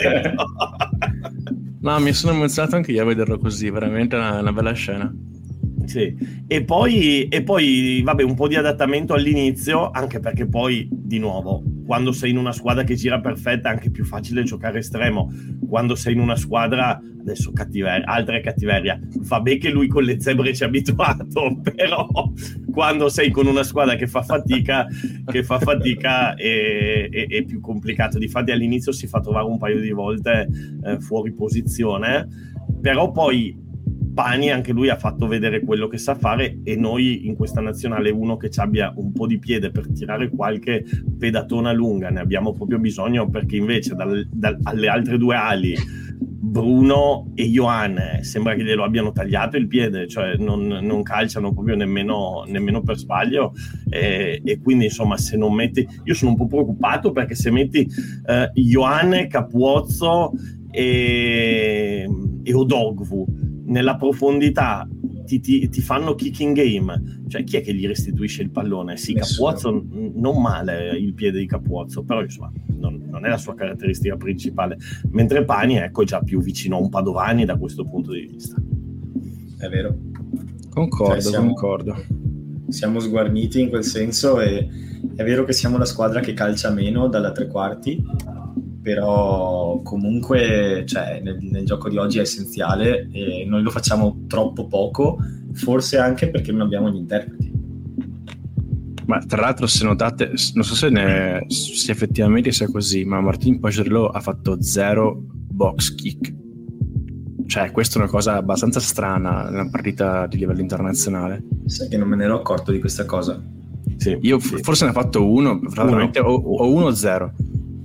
No, mi sono emozionato anche io a vederlo così, veramente una, una bella scena. Sì. E poi, e poi vabbè, un po' di adattamento all'inizio, anche perché poi di nuovo quando sei in una squadra che gira perfetta è anche più facile giocare estremo. Quando sei in una squadra, adesso cattiveria, altra cattiveria, va bene che lui con le zebre ci ha abituato, però quando sei con una squadra che fa fatica che fa fatica è, è, è più complicato. Difatti all'inizio si fa trovare un paio di volte eh, fuori posizione, però poi Pani anche lui ha fatto vedere quello che sa fare, e noi in questa nazionale uno che ci abbia un po' di piede per tirare qualche pedatona lunga ne abbiamo proprio bisogno, perché invece dal, dal, alle altre due ali Bruno e Ioane sembra che glielo abbiano tagliato il piede, cioè non, non calciano proprio nemmeno, nemmeno per sbaglio, e, e quindi insomma se non metti, io sono un po' preoccupato perché se metti eh, Ioane, Capuozzo e, e Odogwu nella profondità ti, ti, ti fanno kicking game, cioè chi è che gli restituisce il pallone? Sì, Capuozzo non male il piede di Capuozzo, però insomma non, non è la sua caratteristica principale, mentre Pani ecco già più vicino a un Padovani da questo punto di vista. È vero, concordo, cioè, siamo, concordo siamo sguarniti in quel senso, e è vero che siamo la squadra che calcia meno dalla tre quarti, però comunque cioè, nel, nel gioco di oggi è essenziale, e noi lo facciamo troppo poco, forse anche perché non abbiamo gli interpreti. Ma tra l'altro se notate, non so se, ne, se effettivamente sia così, ma Martin Pagerello ha fatto zero box kick, cioè questa è una cosa abbastanza strana nella partita di livello internazionale. Sai che non me ne ero accorto di questa cosa. Sì, io sì. Forse ne ha fatto uno, veramente, o, o uno o zero.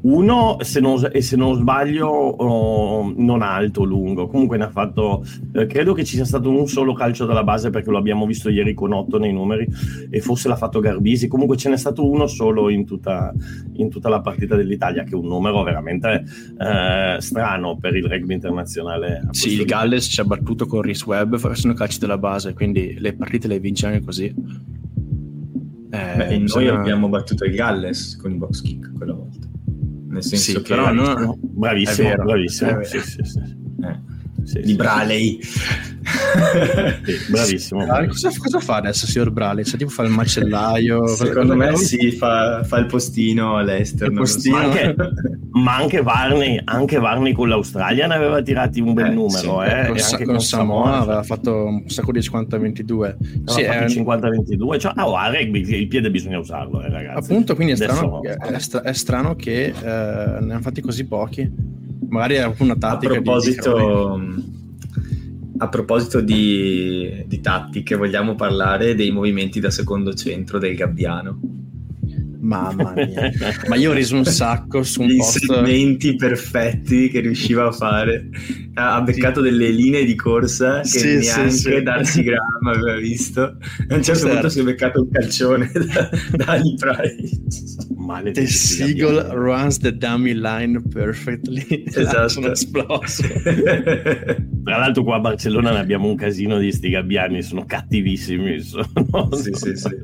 Uno, se non, e se non sbaglio, oh, non alto, lungo. Comunque ne ha fatto. Eh, credo che ci sia stato un solo calcio dalla base, perché lo abbiamo visto ieri con otto nei numeri, e forse l'ha fatto Garbisi. Comunque ce n'è stato uno solo in tutta, in tutta la partita dell'Italia, che è un numero veramente eh, strano per il rugby internazionale. Sì, il Galles ci ha battuto con Rhys Webb facendo calci della base, quindi le partite le vince anche così. Eh, Beh, e noi abbiamo battuto il Galles con i box kick quella volta. Nel senso sì, che però no, bravissimo, vero, bravissimo, è sì, sì, sì. Eh, Sì, di sì. Braley. Sì, bravissimo. Ah, cosa, cosa fa adesso signor Braley? Cioè, tipo fa il macellaio? Secondo me sì, fa, fa il postino all'estero. Il postino. Ma anche, ma anche Varney, anche Varney con l'Australia ne aveva tirati un bel Eh, numero, sì, eh, con, e Sa- anche con Samoa Samoa aveva fatto un sacco di cinquanta ventidue. sì, è cinquanta ventidue, cioè, oh, a rugby il piede bisogna usarlo, eh, ragazzi. appunto, quindi è Adesso- strano, è, stra- è strano che eh, ne hanno fatti così pochi. Magari è una A tattica proposito, a proposito di, di tattiche, vogliamo parlare dei movimenti da secondo centro del Gabbiano. di... Mamma mia. Ma io ho riso un sacco su un Gli post. inserimenti perfetti che riusciva a fare. Ha ha beccato delle linee di corsa che Sì, sì, neanche sì. Darcy Graham aveva visto. A un certo Certo. punto si è beccato un calcione da, da Ali Price. Maledetti The Seagull Gabbiani. runs the dummy line perfectly. Esatto. Sono esploso. Tra l'altro qua a Barcellona ne abbiamo un casino di sti gabbiani, sono cattivissimi, sono... Sì, sì, sì.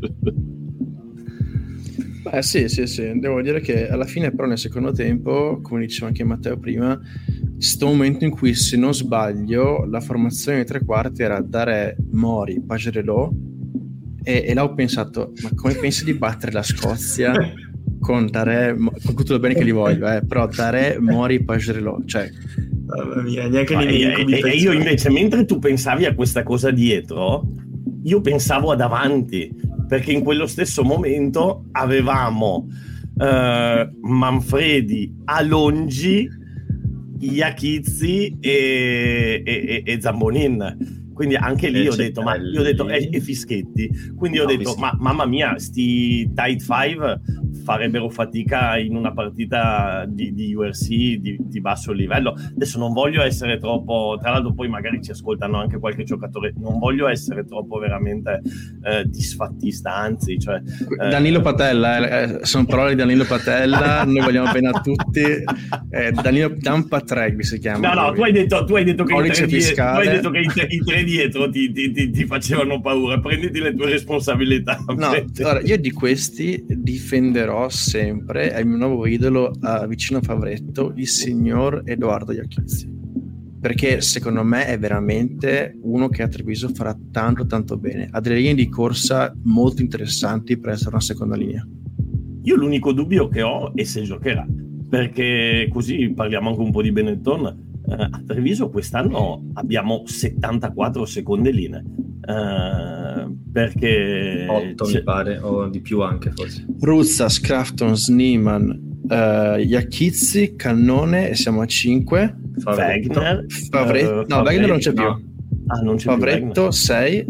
Beh, sì, sì, sì. Devo dire che alla fine, però, nel secondo tempo, come diceva anche Matteo prima, c'è stato un momento in cui, se non sbaglio, la formazione dei tre quarti era Dare, Mori, Pagerelot, e, e là ho pensato, ma come pensi di battere la Scozia con Dare, Mo- con tutto il bene che li voglio, eh, però Dare, Mori, Pagerelot, cioè... Mamma mia, neanche Ma nei miei e, incubi e- e io peggiori. invece, mentre tu pensavi a questa cosa dietro, io pensavo ad avanti, perché in quello stesso momento avevamo eh, Manfredi, Alongi, Iachizzi e, e, e, e Zambonin. Quindi anche lì E ho detto, ma io ho detto, e, e Fischetti. Quindi ho No, detto, Fischetti. ma mamma mia, sti tight five farebbero fatica in una partita di, di U R C di, di basso livello. Adesso non voglio essere troppo, tra l'altro poi magari ci ascoltano anche qualche giocatore, non voglio essere troppo veramente eh, disfattista, anzi, cioè eh, Danilo Patella, eh, sono parole di Danilo Patella, noi vogliamo bene a tutti. Eh, Danilo Dampatreg si chiama. No, no, tu hai detto, tu hai detto che, i Codice tre, dietro, tu fiscale. hai detto che i tre, i tre dietro ti, ti, ti, ti facevano paura. Prenditi le tue responsabilità. No, allora, io di questi difenderò sempre, è il mio nuovo idolo uh, vicino a Favretto, il signor Edoardo Iachizzi, perché secondo me è veramente uno che a Treviso farà tanto tanto bene, ha delle linee di corsa molto interessanti per essere una seconda linea. Io l'unico dubbio che ho è se giocherà, perché così parliamo anche un po' di Benetton. Uh, a Treviso quest'anno abbiamo settantaquattro seconde linee, uh, perché otto c'è- mi pare, o di più anche forse. Ruzza, Scrafton, Sneeman, uh, Iachizzi, Cannone, e siamo a cinque. Wagner, Favretto, uh, no, Wagner non c'è più. no. Ah, non c'è Favretto sei.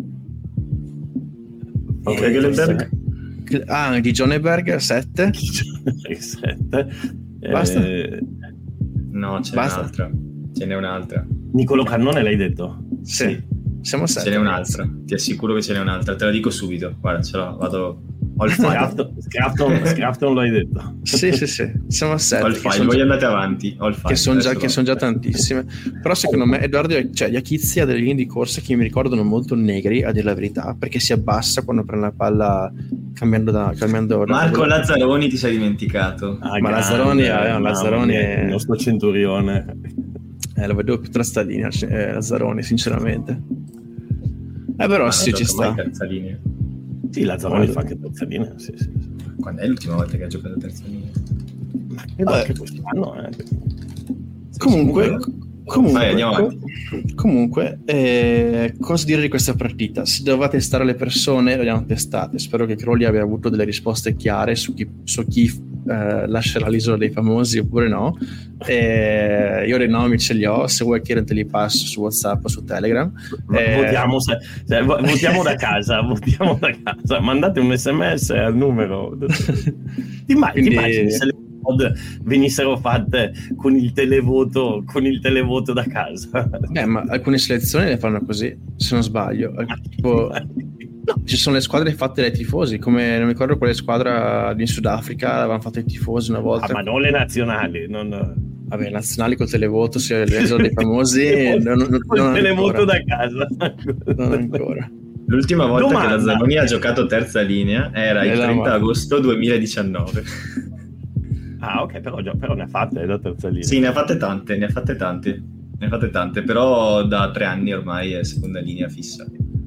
più Kegelenberg? Ah, di Joneberg sette. sette. Basta? Eh, No, ce n'è Basta. un'altra. Ce n'è un'altra. Nicolo Cannone l'hai detto? Sì, siamo a sette. Ce n'è un'altra. Ti assicuro che ce n'è un'altra. Te la dico subito. Guarda, ce l'ho. Vado. Ho il file. Scrafton, Scrafton, Scrafton l'hai detto. Sì, sì, sì, siamo a sette. Ho il che file. sono Voi già- andate avanti. Ho il file. che sono già, Adesso che lo- son già tantissime. Però secondo me Edoardo, cioè Iachizzi ha delle linee di corsa che mi ricordano molto Negri, a dire la verità, perché si abbassa quando prende la palla cambiando da cambiando da- Marco Lazzaroni ti sei dimenticato. Ah, Ma grande, Lazzaroni, eh, mamma Lazzaroni mia, è- il nostro centurione. eh, lo vedevo più trastadina, eh, Lazzaroni, sinceramente. Eh però Ma sì, non ci gioca mai sta. terza linea. Sì, Lazzaroni fa anche terzaline. Sì, sì, sì. Quando è l'ultima volta che ha giocato terza linea? Ma credo Beh. anche quest'anno. Eh. Comunque, comunque, Vai, andiamo avanti. comunque eh, cosa dire di questa partita? Se dovevate testare le persone, le abbiamo testate. Spero che Crowley abbia avuto delle risposte chiare su chi, su chi eh, lascerà l'isola dei famosi oppure no. Eh, io dei nomi ce li ho, se vuoi Kieran te li passo su WhatsApp o su Telegram. Ma Eh, votiamo, se, se- vo- votiamo da casa, votiamo da casa. Mandate un sms al numero. Ti, imma- Quindi- ti immagini se le, pod venissero fatte con il televoto, con il televoto da casa. Beh, ma alcune selezioni le fanno così, se non sbaglio. Tipo, no, ci sono le squadre fatte dai tifosi, come non mi ricordo quale squadra in Sudafrica avevano fatto i tifosi una volta. Ah, ma non le nazionali, non... Vabbè, nazionali col televoto, se è l'isola dei famosi, non, non, non, col non televoto ancora. da casa. Non ancora. L'ultima volta Domanda. che la Zanoni ha giocato terza linea era il trenta agosto duemiladiciannove. Ah, ok, però, però ne ha fatte da terza linea. Sì, ne ha fatte tante, ne ha fatte tante, ne ha fatte tante, però da tre anni ormai è seconda linea fissa.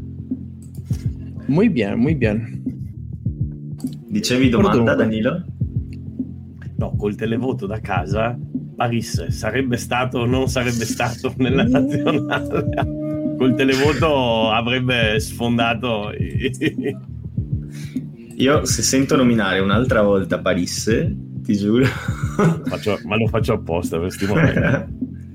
Muy bien, muy bien. Dicevi domanda, Danilo? No, col televoto da casa, Paris sarebbe stato o non sarebbe stato nella nazionale? Col televoto avrebbe sfondato i... Io se sento nominare un'altra volta Paris, ti giuro faccio, ma lo faccio apposta per stimolare.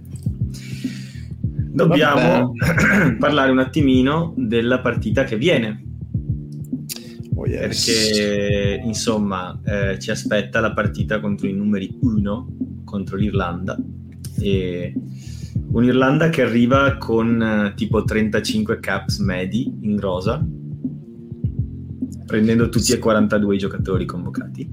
Dobbiamo parlare un attimino della partita che viene. Oh yes. Perché insomma eh, ci aspetta la partita contro i numeri uno, contro l'Irlanda, e un'Irlanda che arriva con eh, tipo trentacinque caps medi in rosa, prendendo tutti e quarantadue i giocatori convocati.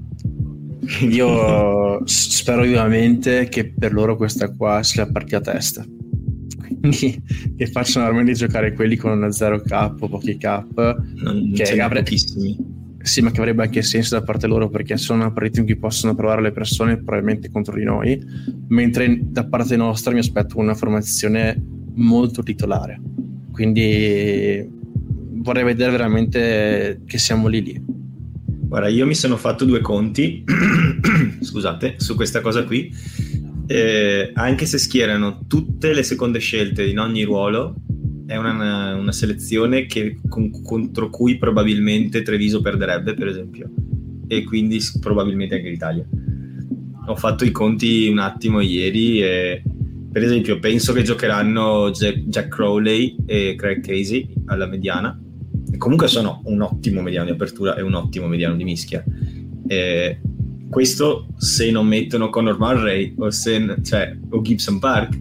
Io spero vivamente che per loro questa qua sia la partita a testa, quindi che facciano almeno giocare quelli con zero cap o pochi cap, non che ce ne avrebbe, pochissimi. sì, ma che avrebbe anche senso da parte loro, perché sono una partita in cui possono provare le persone probabilmente contro di noi, mentre da parte nostra mi aspetto una formazione molto titolare, quindi vorrei vedere veramente che siamo lì lì. Guarda, io mi sono fatto due conti scusate, su questa cosa qui, eh, anche se schierano tutte le seconde scelte in ogni ruolo, è una, una selezione che, con, contro cui probabilmente Treviso perderebbe, per esempio, e quindi probabilmente anche l'Italia. Ho fatto i conti un attimo ieri e, per esempio, penso che giocheranno Jack, Jack Crowley e Craig Casey alla mediana. Comunque sono un ottimo mediano di apertura e un ottimo mediano di mischia. E questo se non mettono Conor Murray o, se, cioè, o Gibson Park.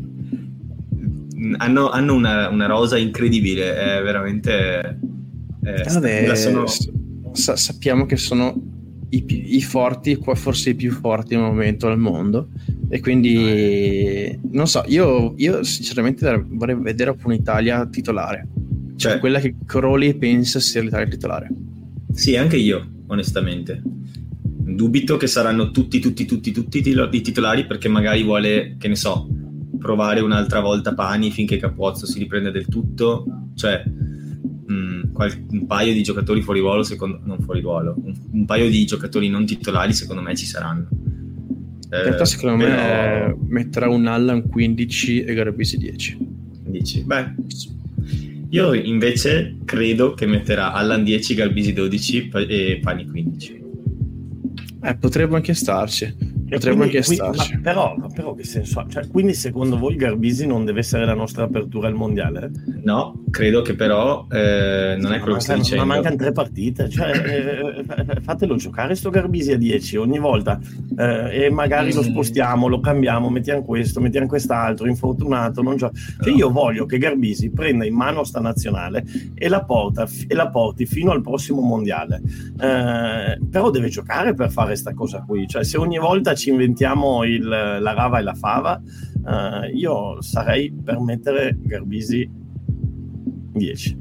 Hanno, hanno una, una rosa incredibile, è veramente... Eh, Vabbè, sono... sa- sappiamo che sono i, più, i forti, forse i più forti al momento al mondo, e quindi non so, io, io sinceramente vorrei vedere un'Italia titolare, cioè, cioè quella che Crowley pensa sia l'Italia titolare. Sì, anche io, onestamente. Dubito che saranno tutti, tutti, tutti, tutti i titolari, perché magari vuole, che ne so, provare un'altra volta Pani finché Capozzo si riprende del tutto, cioè mh, qual- un paio di giocatori fuori ruolo, secondo non fuori ruolo, un, un paio di giocatori non titolari secondo me ci saranno. In realtà eh, secondo però... me metterà un Allan quindici e Garbisi dieci. Dici? Beh, io invece credo che metterà Allan dieci, Garbisi dodici e Pani quindici. Eh, potrebbe anche starci. Potrebbe quindi, anche quindi, starci. ma però, ma però che senso ha? Cioè, quindi secondo voi Garbisi non deve essere la nostra apertura al mondiale? No, credo che però eh, non sì, è quello manca, che sto dicendo. Ma mancano tre partite, cioè, eh, fatelo giocare sto Garbisi a dieci ogni volta, eh, e magari mm. lo spostiamo, lo cambiamo, mettiamo questo, mettiamo quest'altro, infortunato, non gioca. Cioè, no. Io voglio che Garbisi prenda in mano sta nazionale e la, porta, e la porti fino al prossimo mondiale, eh, però deve giocare per fare sta cosa qui, cioè se ogni volta ci inventiamo il, la rava e la fava, uh, io sarei per mettere Garbisi dieci.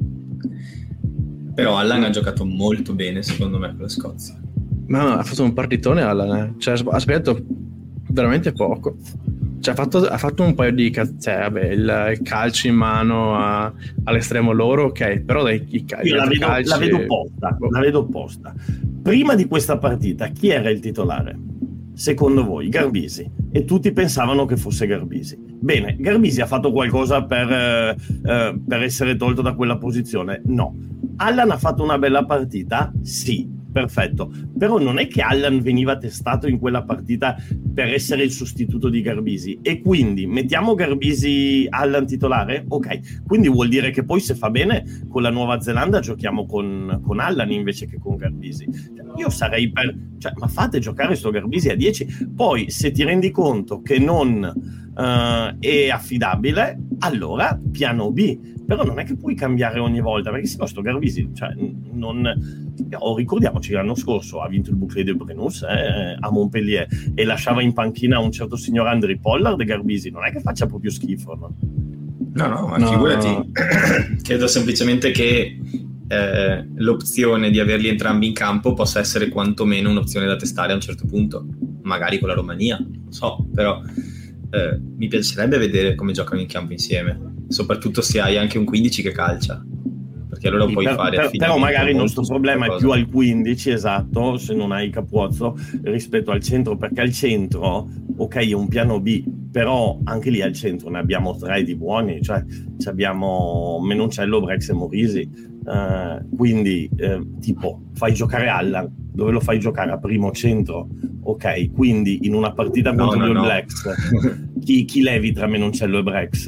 Però Allan ha giocato molto bene secondo me con la Scozia. Ma no, ha fatto un partitone Allan, eh. Cioè, ha sbagliato veramente poco, cioè, ha, fatto, ha fatto un paio di cal- cioè, vabbè, il, il calcio in mano a, all'estremo loro, ok, però dai, i cal- io la vedo, calci... la vedo opposta, la vedo opposta. Prima di questa partita chi era il titolare? Secondo voi Garbisi, e tutti pensavano che fosse Garbisi. Bene, Garbisi ha fatto qualcosa per, eh, per essere tolto da quella posizione? No. Allan ha fatto una bella partita? Sì. perfetto, però non è che Allan veniva testato in quella partita per essere il sostituto di Garbisi, e quindi mettiamo Garbisi Allan titolare? Ok, quindi vuol dire che poi se fa bene con la Nuova Zelanda giochiamo con, con Allan invece che con Garbisi. Io sarei per, cioè, ma fate giocare sto Garbisi a dieci, poi se ti rendi conto che non Uh, è affidabile, allora piano B, però non è che puoi cambiare ogni volta, perché sennò sto Garbisi, cioè, non... oh, ricordiamoci che l'anno scorso ha vinto il Bouclier de Brennus eh, a Montpellier e lasciava in panchina un certo signor André Pollard e Garbisi, non è che faccia proprio schifo, no? No, no, ma no. figurati. Credo semplicemente che eh, l'opzione di averli entrambi in campo possa essere quantomeno un'opzione da testare a un certo punto, magari con la Romania, non so, però Eh, mi piacerebbe vedere come giocano in campo insieme, soprattutto se hai anche un quindici che calcia, perché allora sì, puoi per, fare per, però magari il nostro problema cosa. è più al quindici, esatto, se non hai Capuzzo rispetto al centro, perché al centro ok è un piano B, però anche lì al centro ne abbiamo tre di buoni, cioè abbiamo Menoncello, Brex e Morisi, uh, quindi eh, tipo fai giocare Allan, dove lo fai giocare a primo centro? Ok, quindi in una partita no, contro no, gli All no. Blacks chi, chi levi tra Menoncello e Brex?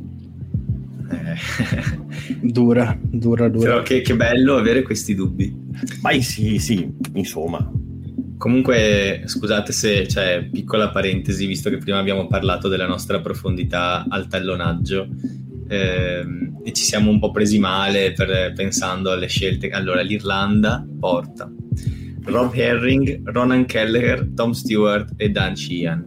Eh. dura, dura, dura. Però che, che bello avere questi dubbi. Vai, sì, sì, insomma. Comunque, scusate se c'è cioè, piccola parentesi, visto che prima abbiamo parlato della nostra profondità al tallonaggio ehm, e ci siamo un po' presi male per, pensando alle scelte. Allora, l'Irlanda porta Rob Herring, Ronan Kelleher, Tom Stewart e Dan Sheehan,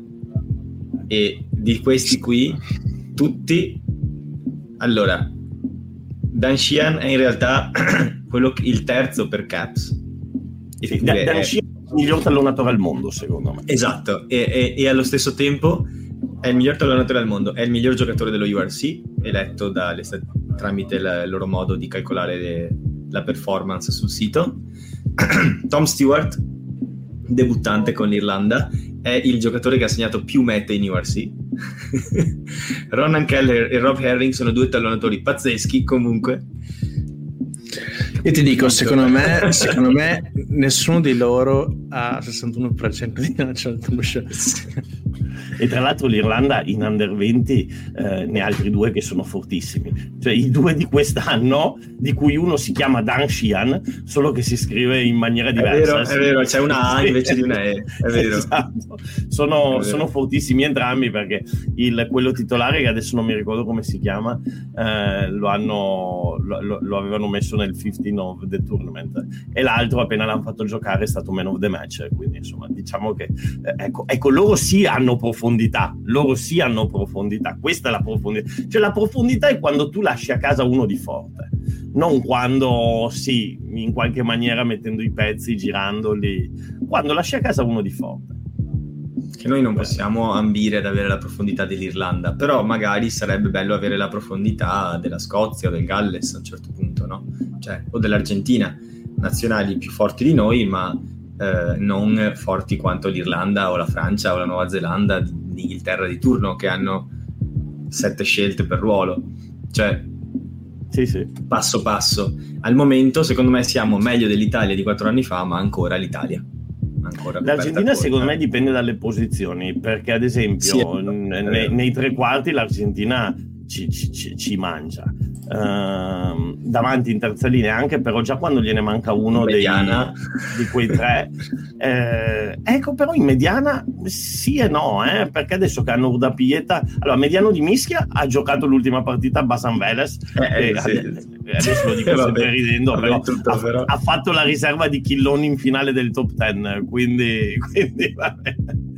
e di questi qui tutti, allora Dan Sheehan è in realtà quello, il terzo per caps. Sì, Dan, Dan è... Sheehan è il miglior tallonatore al mondo, secondo me. Esatto, e, e, e allo stesso tempo è il miglior tallonatore al mondo, è il miglior giocatore dello U R C, eletto dalle, tramite la, il loro modo di calcolare le, la performance sul sito. Tom Stewart, debuttante con l'Irlanda, è il giocatore che ha segnato più mete in U R C. Ronan Keller e Rob Herring sono due tallonatori pazzeschi. Comunque io ti dico, secondo me, secondo me nessuno di loro ha sessantuno per cento di lancia al touche. E tra l'altro l'Irlanda in under venti eh, ne ha altri due che sono fortissimi, cioè i due di quest'anno, di cui uno si chiama Dan Sheehan, solo che si scrive in maniera diversa. È vero, è vero, c'è una A invece di una E, è vero. Esatto. Sono, è vero. Sono fortissimi entrambi, perché il, quello titolare, che adesso non mi ricordo come si chiama, eh, lo, hanno, lo, lo avevano messo nel quindici of the tournament, e l'altro appena l'hanno fatto giocare è stato man of the match, quindi insomma diciamo che eh, ecco, ecco loro sì hanno profondità, loro sì hanno profondità, questa è la profondità, cioè la profondità è quando tu lasci a casa uno di forte, non quando sì, in qualche maniera mettendo i pezzi, girandoli, quando lasci a casa uno di forte. Che noi non possiamo ambire ad avere la profondità dell'Irlanda, però magari sarebbe bello avere la profondità della Scozia o del Galles a un certo punto, no? Cioè, o dell'Argentina, nazionali più forti di noi, ma eh, non forti quanto l'Irlanda o la Francia o la Nuova Zelanda, l'Inghilterra di turno, che hanno sette scelte per ruolo. Cioè, sì, sì. passo passo. Al momento, secondo me, siamo meglio dell'Italia di quattro anni fa, ma ancora l'Italia. Ancora L'Argentina secondo me dipende dalle posizioni, perché ad esempio sì, n- nei, nei tre quarti l'Argentina ci, ci, ci mangia uh, davanti in terza linea anche, però già quando gliene manca uno dei, di quei tre eh, ecco, però in mediana sì e no, eh, perché adesso che hanno Urda Pieta, allora mediano di mischia ha giocato l'ultima partita a Basan Veles, eh, eh, sì. adesso lo dico sempre ridendo, vabbè, però tutto, ha, però ha fatto la riserva di Chilloni in finale del top dieci, quindi, quindi vabbè.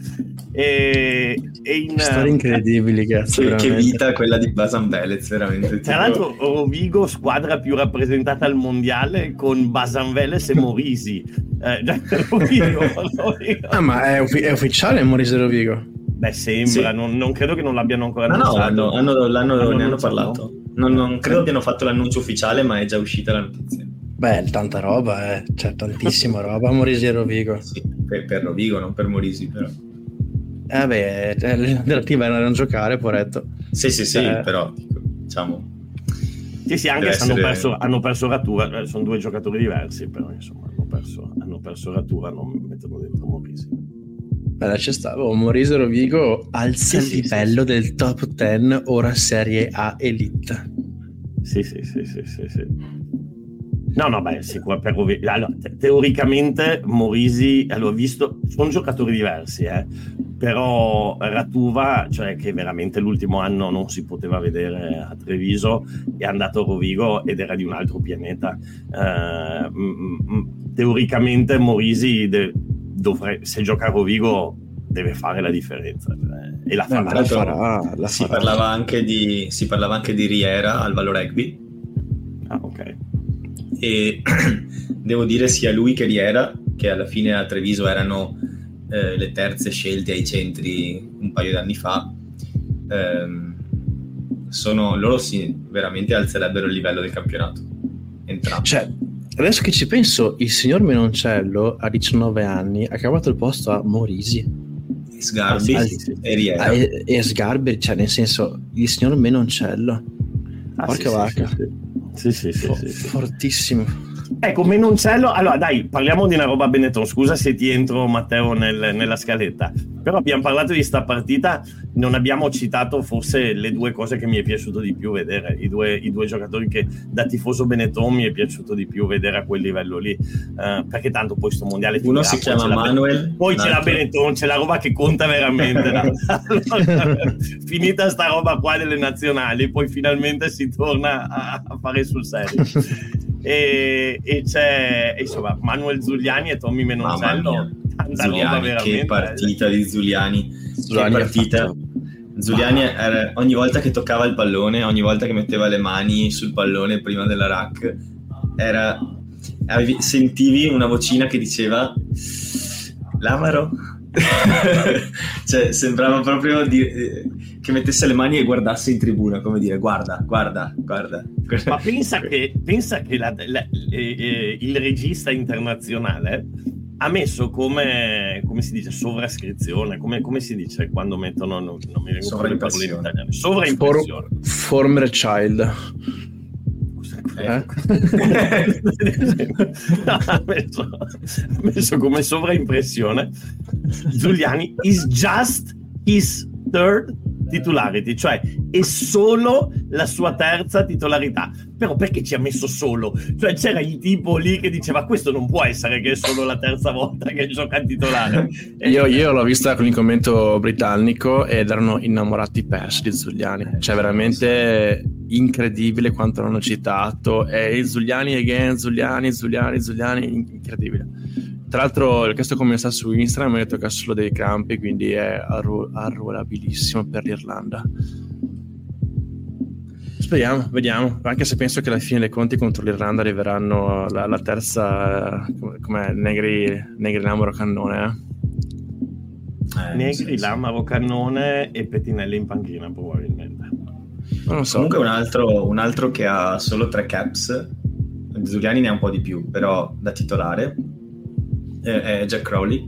E, e in, storie incredibili, cazzo, che, che vita quella di Basan Velez, veramente. Tra l'altro Rovigo, squadra più rappresentata al mondiale, con Basan Velez e Morisi. eh, Rovigo, Rovigo. Ah, ma è, uffi- è ufficiale Morisi Rovigo? Beh, sembra, sì. non, non credo che non l'abbiano ancora annunciato. No, no, hanno, hanno, l'hanno, hanno ne hanno parlato. Non, non credo abbiano fatto l'annuncio ufficiale, ma è già uscita la notizia. Beh, tanta roba, eh. C'è tantissima roba. Morisi e Rovigo. Sì, per, per Rovigo, non per Morisi, però. Eh vabbè, l'alternativa era non giocare, poretto. Sì, sì, sì, eh. però diciamo. Sì, sì, anche se essere... hanno perso, hanno perso Ratura, sono due giocatori diversi, però insomma hanno perso. perso, hanno perso Ratura, non mettono dentro Morisi. Beh, c'è stato Morisi Rovigo alza sì, il sì, livello sì, del sì. top dieci, ora Serie A Elite. Sì, sì, sì, sì, sì, sì. No, no, beh, sicuro per Rovigo. Allora, te- teoricamente Morisi, allora, visto, sono giocatori diversi, eh, però Ratuva, cioè che veramente l'ultimo anno non si poteva vedere a Treviso, è andato a Rovigo ed era di un altro pianeta. Eh, m- m- teoricamente Morisi de- dovrebbe, se gioca a Rovigo deve fare la differenza, cioè, e la farà. Eh, la farà, la si, farà. Parlava anche di, si parlava anche di Riera al Valo Rugby. Ah, ok. E devo dire sia lui che Riera, che alla fine a Treviso erano eh, le terze scelte ai centri un paio d'anni fa, ehm, sono, loro si veramente alzerebbero il livello del campionato, entrambi. Cioè, adesso che ci penso, il signor Menoncello a diciannove anni ha cavato il posto a Morisi, Sgarbi ah, sì, sì, e Riera e, e Sgarbi, cioè nel senso il signor Menoncello, ah, porca sì, vacca, sì, sì. Sì, sì, sì, For- sì, sì. fortissimo. Ecco, Menoncello, allora dai, parliamo di una roba Benetton, scusa se ti entro Matteo nel, nella scaletta, però abbiamo parlato di sta partita, non abbiamo citato forse le due cose che mi è piaciuto di più vedere, i due, i due giocatori che da tifoso Benetton mi è piaciuto di più vedere a quel livello lì, uh, perché tanto poi sto mondiale uno finirà, si chiama Manuel, poi c'è la Benetton, c'è la roba che conta veramente da, da, finita sta roba qua delle nazionali, poi finalmente si torna a, a fare sul serio. E, e c'è insomma Manuel Zuliani e Tommy Menoncello, tanta Zuliani, roba veramente. che partita di Zuliani, Zuliani che partita fatto... Zuliani era, ogni volta che toccava il pallone, ogni volta che metteva le mani sul pallone prima della rack, era, avevi, sentivi una vocina che diceva Lamaro. Cioè sembrava proprio di, eh, che mettesse le mani e guardasse in tribuna, come dire guarda, guarda, guarda. Ma pensa che, pensa che la, la, eh, il regista internazionale ha messo come, come si dice, sovrascrizione, come, come si dice quando mettono, non, non mi vengono fuori le parole in italiano, sovraimpressione. For, former child. Eh? No, ha, messo, ha messo come sovraimpressione Zuliani is just his third titularity, cioè è solo la sua terza titolarità. Però perché ci ha messo solo? Cioè c'era il tipo lì che diceva questo non può essere che è solo la terza volta che gioca in titolare. io, io l'ho vista con il commento britannico ed erano innamorati persi di Zuliani, cioè veramente incredibile quanto l'hanno citato, e Zuliani again, Zuliani, Zuliani, Zuliani, incredibile. Tra l'altro questo commento su Instagram mi ha detto che ha solo dei crampi, quindi è arru- arruolabilissimo per l'Irlanda. Speriamo, vediamo, anche se penso che alla fine dei conti contro l'Irlanda arriveranno la, la terza, come Negri, Negri Lamaro Cannone, eh? Eh, Negri, Lamaro Cannone e Pettinelli in panchina probabilmente. Non lo so. Comunque un altro, un altro che ha solo tre caps, Zuliani ne ha un po' di più, però da titolare, è Jack Crowley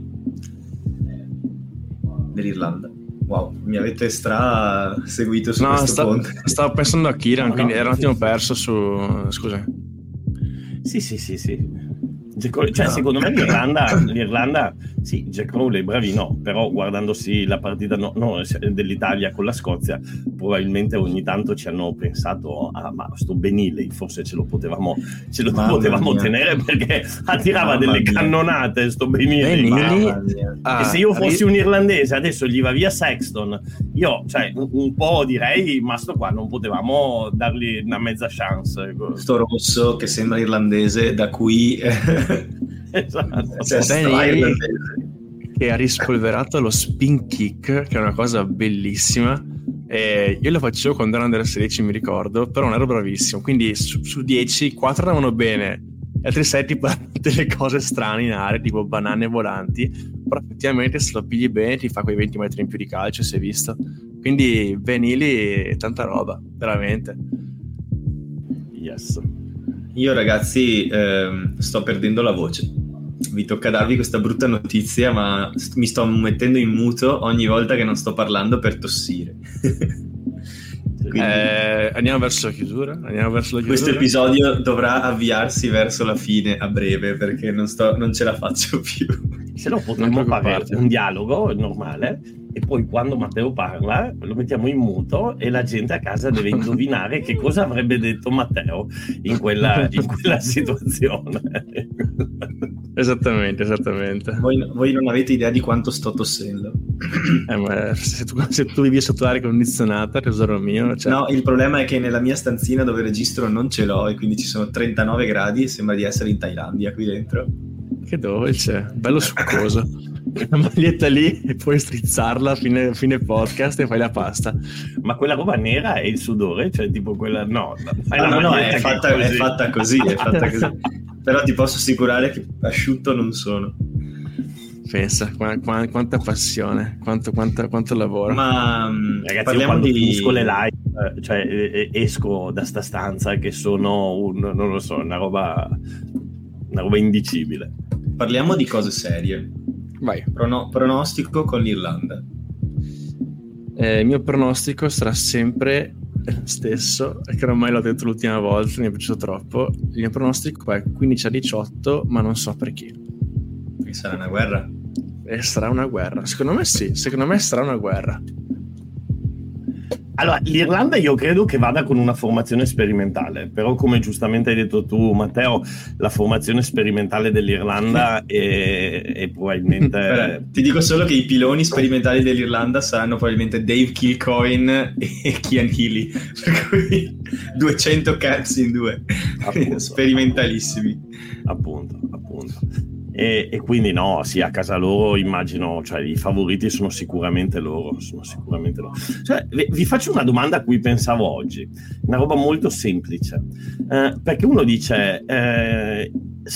dell'Irlanda. Wow, mi avete stra seguito su no, questo sta, ponte. Stavo pensando a Kiran, no, quindi no, ero un sì, attimo sì. perso su... Scusa. Sì, sì, sì, sì. Cioè, no. Secondo me l'Irlanda, l'Irlanda, sì, Jack Crowley bravino, però guardandosi la partita no, no, dell'Italia con la Scozia, probabilmente ogni tanto ci hanno pensato, ah, ma sto Benile, forse ce lo potevamo, ce lo potevamo tenere perché attirava Mamma delle mia. cannonate, sto Benile. Benile. Ah, e se io fossi un irlandese, adesso gli va via Sexton, io, cioè, un, un po' direi, ma sto qua non potevamo dargli una mezza chance. Sto rosso che sembra irlandese, da cui... Esatto. Cioè, che ha rispolverato lo spin kick, che è una cosa bellissima, e io lo facevo quando ero under sedici, mi ricordo, però non ero bravissimo, quindi su, su dieci quattro andavano bene, gli altri sei tipo delle cose strane in aria, tipo banane volanti, però effettivamente se lo pigli bene ti fa quei venti metri in più di calcio, si è visto. Quindi Benili, tanta roba, veramente. Yes. Io ragazzi ehm, sto perdendo la voce, vi tocca darvi questa brutta notizia, ma st- mi sto mettendo in muto ogni volta che non sto parlando per tossire. Quindi, eh, andiamo verso la chiusura. Andiamo verso la chiusura. Questo episodio dovrà avviarsi verso la fine a breve perché non, sto, non ce la faccio più. Se no potremmo fare un dialogo normale e poi quando Matteo parla lo mettiamo in muto e la gente a casa deve indovinare che cosa avrebbe detto Matteo in quella, in quella situazione. Esattamente, esattamente. Voi, voi non avete idea di quanto sto tossendo. Eh, ma se tu, se tu vivi sotto aria condizionata, tesoro mio. Cioè... No, il problema è che nella mia stanzina dove registro non ce l'ho e quindi ci sono trentanove gradi e sembra di essere in Thailandia qui dentro. Che dolce, bello succoso. Una maglietta lì e puoi strizzarla a fine, fine podcast e fai la pasta. Ma quella roba nera è il sudore? Cioè tipo quella... No, fai ah, la no, no, è fatta, è fatta così, è fatta così. Però ti posso assicurare che asciutto non sono. Pensa, qu- qu- quanta passione, quanto, quanta, quanto lavoro. Ma ragazzi, parliamo quando di... finisco le live, cioè esco da sta stanza che sono un, non lo so, una roba una roba indicibile. Parliamo di cose serie. Vai. Prono- pronostico con l'Irlanda. Eh, il mio pronostico sarà sempre stesso, che ormai l'ho detto l'ultima volta, mi è piaciuto troppo. Il mio pronostico è quindici a diciotto, ma non so perché. Che sarà una guerra? E sarà una guerra. Secondo me sì, secondo me sarà una guerra. Allora, l'Irlanda io credo che vada con una formazione sperimentale, però come giustamente hai detto tu, Matteo, la formazione sperimentale dell'Irlanda è, è probabilmente... Beh, ti dico solo che i piloni sperimentali dell'Irlanda saranno probabilmente Dave Kilcoyne e Cian Healy, per cui duecento caps in due, appunto, sperimentalissimi. Appunto, appunto. E, e quindi no, sì, a casa loro immagino, cioè i favoriti sono sicuramente loro, sono sicuramente loro. Cioè, vi, vi faccio una domanda a cui pensavo oggi, una roba molto semplice, eh, perché uno dice eh,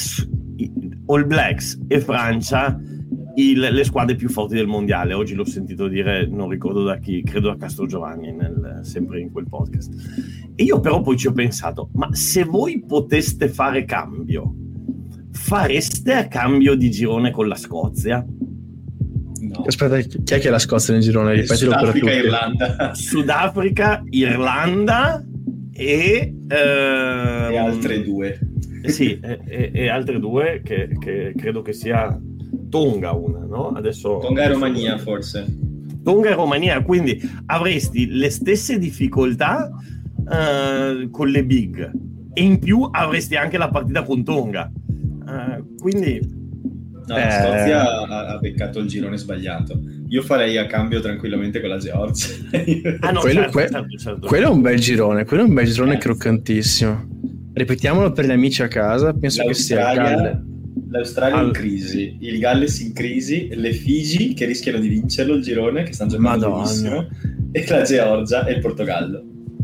All Blacks e Francia il, le squadre più forti del mondiale. Oggi l'ho sentito dire, non ricordo da chi, credo da Castro Giovanni, nel, sempre in quel podcast. E io però poi ci ho pensato, ma se voi poteste fare cambio, fareste a cambio di girone con la Scozia? No. Aspetta, chi è che è la Scozia nel girone? Ripetilo per tutti. Irlanda. Sudafrica, Irlanda e, ehm, e altre due. Sì, e, e, e altre due che, che credo che sia Tonga una, no? Adesso Tonga e Romania forse. Tonga e Romania, quindi avresti le stesse difficoltà uh, con le big e in più avresti anche la partita con Tonga. Uh, quindi no, la Scozia eh... ha, ha beccato il girone sbagliato. Io farei a cambio tranquillamente con la Georgia. Ah, no, quello, certo, que- certo, certo. quello è un bel girone, quello è un bel girone yes. croccantissimo. Ripetiamolo per gli amici a casa. Penso che sia Galle. L'Australia All... in crisi, il Galles in crisi, le Figi che rischiano di vincerlo il girone, che stanno giocando benissimo, e la Georgia e il Portogallo.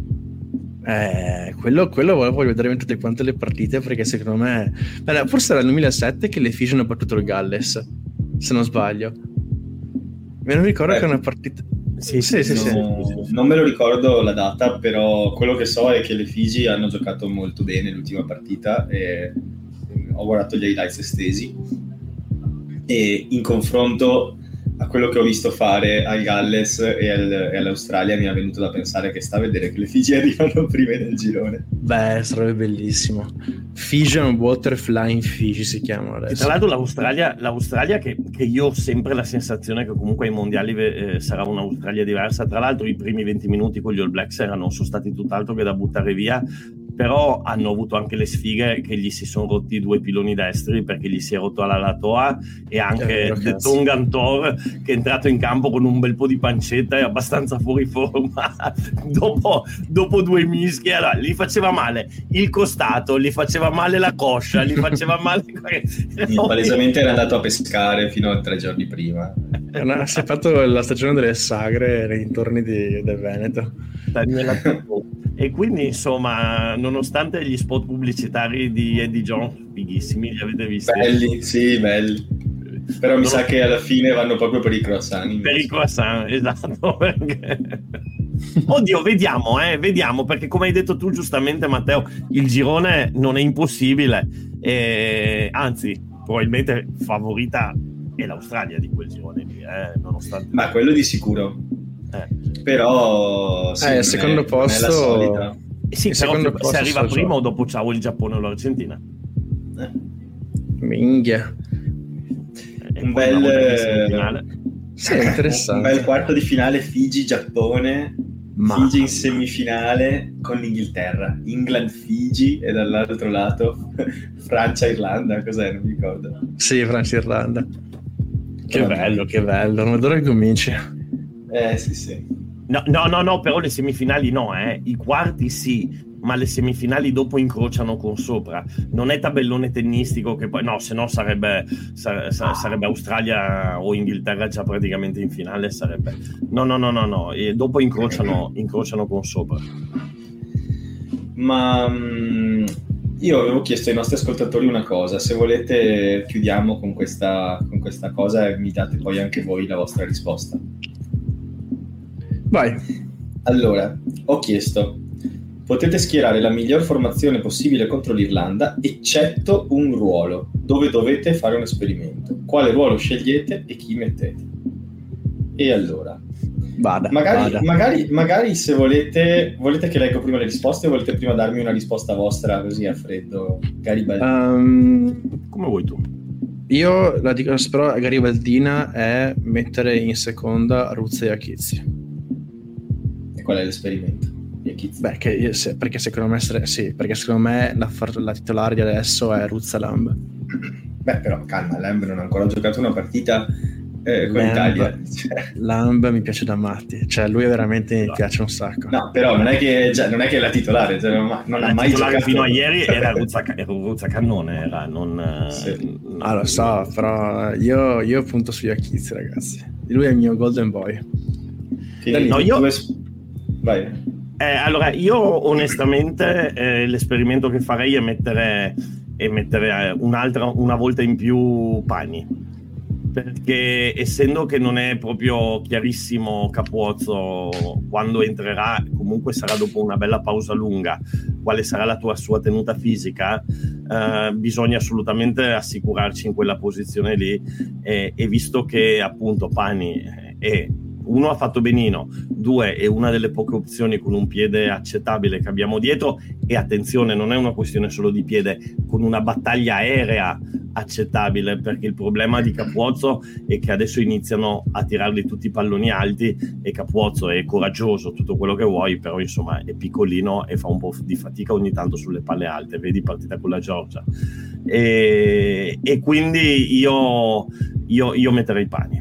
Eh, quello, quello voglio vedere tutte quante le partite, perché secondo me beh, forse era il duemilasette che le Figi hanno battuto il Galles, se non sbaglio. Me lo ricordo eh, che è una partita sì, sì, sì, no, sì. Non me lo ricordo la data, però quello che so è che le Figi hanno giocato molto bene l'ultima partita e ho guardato gli highlights estesi e in confronto a quello che ho visto fare al Galles e, al, e all'Australia mi è venuto da pensare che sta a vedere che le Figi arrivano prime nel girone. Beh, sarebbe bellissimo. Fijian Water Flying Fiji si chiamano adesso. E tra l'altro l'Australia, l'Australia che, che io ho sempre la sensazione che comunque ai mondiali eh, sarà un'Australia diversa. Tra l'altro i primi venti minuti con gli All Blacks erano, sono stati tutt'altro che da buttare via, però hanno avuto anche le sfighe che gli si sono rotti due piloni destri, perché gli si è rotto la Latoa e anche The Tongan Tor che è entrato in campo con un bel po' di pancetta e abbastanza fuori forma dopo, dopo due mischie. Allora, gli faceva male il costato, gli faceva male la coscia, gli faceva male no, palesemente era andato a pescare fino a tre giorni prima. No, si è fatto la stagione delle sagre nei dintorni di, del Veneto. E quindi insomma, nonostante gli spot pubblicitari di Eddie Jones fighissimi, li avete visti? Belli, sì, belli. Però non mi sa che alla fine vanno proprio per i croissant. Per i croissant, esatto. Perché... Oddio, vediamo, eh, vediamo, perché come hai detto tu giustamente, Matteo, il girone non è impossibile, e, anzi, probabilmente favorita è l'Australia di quel girone lì, eh, nonostante... Ma quello di sicuro. Eh. Però sì, eh, secondo è, posto sì, però se arriva prima o dopo ciao il Giappone o l'Argentina. Eh. Minchia. Un bel sì, interessante. Un bel quarto di finale Figi-Giappone, Ma... Figi in semifinale con l'Inghilterra, England-Figi e dall'altro lato Francia-Irlanda, cos'è? Non mi ricordo. Sì, Francia-Irlanda. Che Però bello, che bello, non vedo che cominci. Eh sì sì. No, no, no, no, però le semifinali no, eh. I quarti sì, ma le semifinali dopo incrociano con sopra. Non è tabellone tennistico che poi no, se no sarebbe, sare, sarebbe Australia o Inghilterra già praticamente in finale, sarebbe. No, no, no, no, no, e dopo incrociano, incrociano con sopra. Ma mh, io avevo chiesto ai nostri ascoltatori una cosa, se volete chiudiamo con questa, con questa cosa e mi date poi anche voi la vostra risposta. Vai. Allora, ho chiesto: potete schierare la miglior formazione possibile contro l'Irlanda, eccetto un ruolo, dove dovete fare un esperimento. Quale ruolo scegliete e chi mettete? E allora, vada, magari, vada. magari, magari se volete, volete che leggo prima le risposte o volete prima darmi una risposta vostra così a freddo? Garibaldina. Um, come vuoi tu. Io la dico, però Garibaldina è mettere in seconda Ruzza e Achizzi. E qual è l'esperimento? Beh, che, se, perché secondo me sì, perché secondo me la, la titolare di adesso è Ruzza Lamb. Beh, però calma, Lamb non ha ancora giocato una partita eh, con l'Italia. Cioè. Lamb mi piace da matti, cioè lui veramente mi piace un sacco. No, però non è che cioè, non è che è la titolare, cioè, non, non la ha mai giocato fino a ieri era Ruzza, Ruzza Cannone, era non. Sì. non ah, lo so, però io, io punto sugli Achizzi, ragazzi. Lui è il mio golden boy. Quindi, no, io. Dove... Vai. Eh, allora, io onestamente eh, l'esperimento che farei è mettere, è mettere un'altra, una volta in più Pani, perché essendo che non è proprio chiarissimo Capozzo quando entrerà, comunque sarà dopo una bella pausa lunga, quale sarà la tua sua tenuta fisica, eh, bisogna assolutamente assicurarci in quella posizione lì eh, e visto che appunto Pani è uno ha fatto benino, due è una delle poche opzioni con un piede accettabile che abbiamo dietro e attenzione, non è una questione solo di piede, con una battaglia aerea accettabile, perché il problema di Capozzo è che adesso iniziano a tirarli tutti i palloni alti e Capozzo è coraggioso, tutto quello che vuoi, però insomma è piccolino e fa un po' di fatica ogni tanto sulle palle alte, vedi partita con la Georgia e, e quindi io, io, io metterei Pani.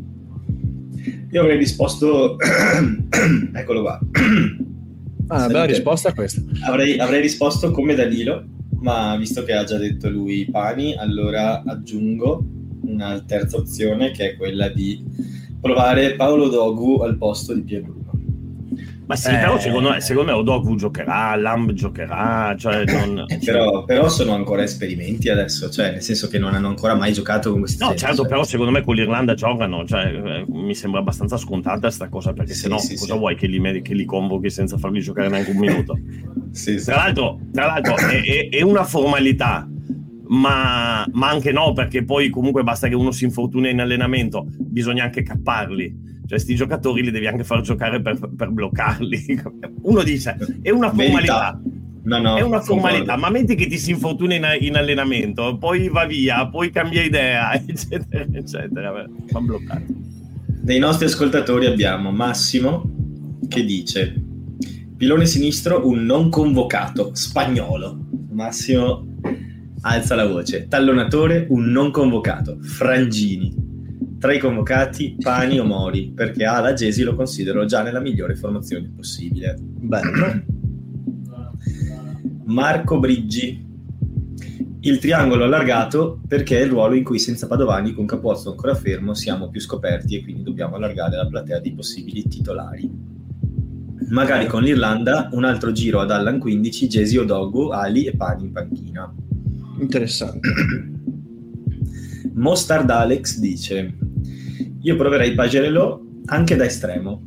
Io avrei risposto eccolo qua. Ah, bella risposta questa. Avrei, avrei risposto come Danilo, ma visto che ha già detto lui Pani, allora aggiungo una terza opzione che è quella di provare Paolo Dogu al posto di Pierluno. Ma sì, eh, però secondo me, secondo me Odogu giocherà, Lamb giocherà, cioè non, eh, però, però sono ancora esperimenti adesso, cioè nel senso che non hanno ancora mai giocato con questi no, gente, certo, cioè. Però secondo me con l'Irlanda giocano, cioè eh, mi sembra abbastanza scontata sta cosa, perché sì, se no sì, cosa sì. vuoi che li, che li convochi senza farli giocare neanche un minuto? sì, sì. Tra l'altro, tra l'altro è, è, è una formalità, ma, ma anche no, perché poi comunque basta che uno si infortuni in allenamento, bisogna anche capparli. Cioè, sti giocatori li devi anche far giocare per, per bloccarli. Uno dice, è una formalità. No, no, è una formalità, concordo. ma metti che ti si infortuna in, in allenamento, poi va via, poi cambia idea, eccetera, eccetera. Fa bloccare. Dei nostri ascoltatori abbiamo Massimo che dice: pilone sinistro, un non convocato, Spagnolo. Massimo alza la voce. Tallonatore, un non convocato, Frangini. Tra i convocati Pani o Mori, perché alla Gesi lo considero già nella migliore formazione possibile. Bello. Marco Briggi: il triangolo allargato perché è il ruolo in cui senza Padovani con Capozzo ancora fermo siamo più scoperti e quindi dobbiamo allargare la platea di possibili titolari. Magari con l'Irlanda un altro giro ad Allan quindici, Gesi, Odogu, Ali e Pani in panchina. Interessante. Mostard Alex dice: io proverei Pagerello anche da estremo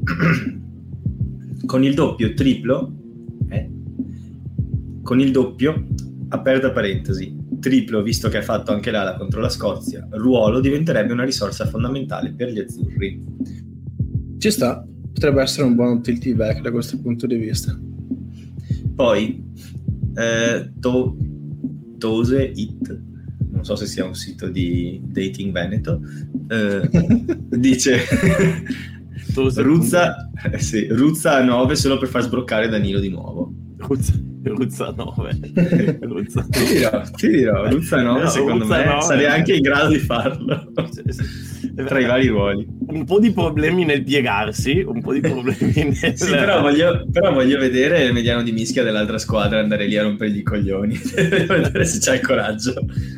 con il doppio triplo eh? con il doppio aperta parentesi triplo, visto che ha fatto anche l'ala contro la Scozia, ruolo diventerebbe una risorsa fondamentale per gli azzurri. Ci sta, potrebbe essere un buon tilty back da questo punto di vista. Poi eh, to, Tose It, non so se sia un sito di dating veneto, eh, dice Ruzza, eh, sì, Ruzza a nove solo per far sbroccare Danilo di nuovo. Ruzza, Ruzza a nove. Ruzza. Ti dirò, ti dirò, Ruzza a nove no, secondo Ruzza me nove. Sarei anche in grado di farlo. Sì, sì. Tra i vari ruoli. Un po' di problemi nel piegarsi, un po' di problemi nel... Sì, però voglio, però voglio vedere il mediano di mischia dell'altra squadra andare lì a rompere i coglioni. Vedere se c'è il coraggio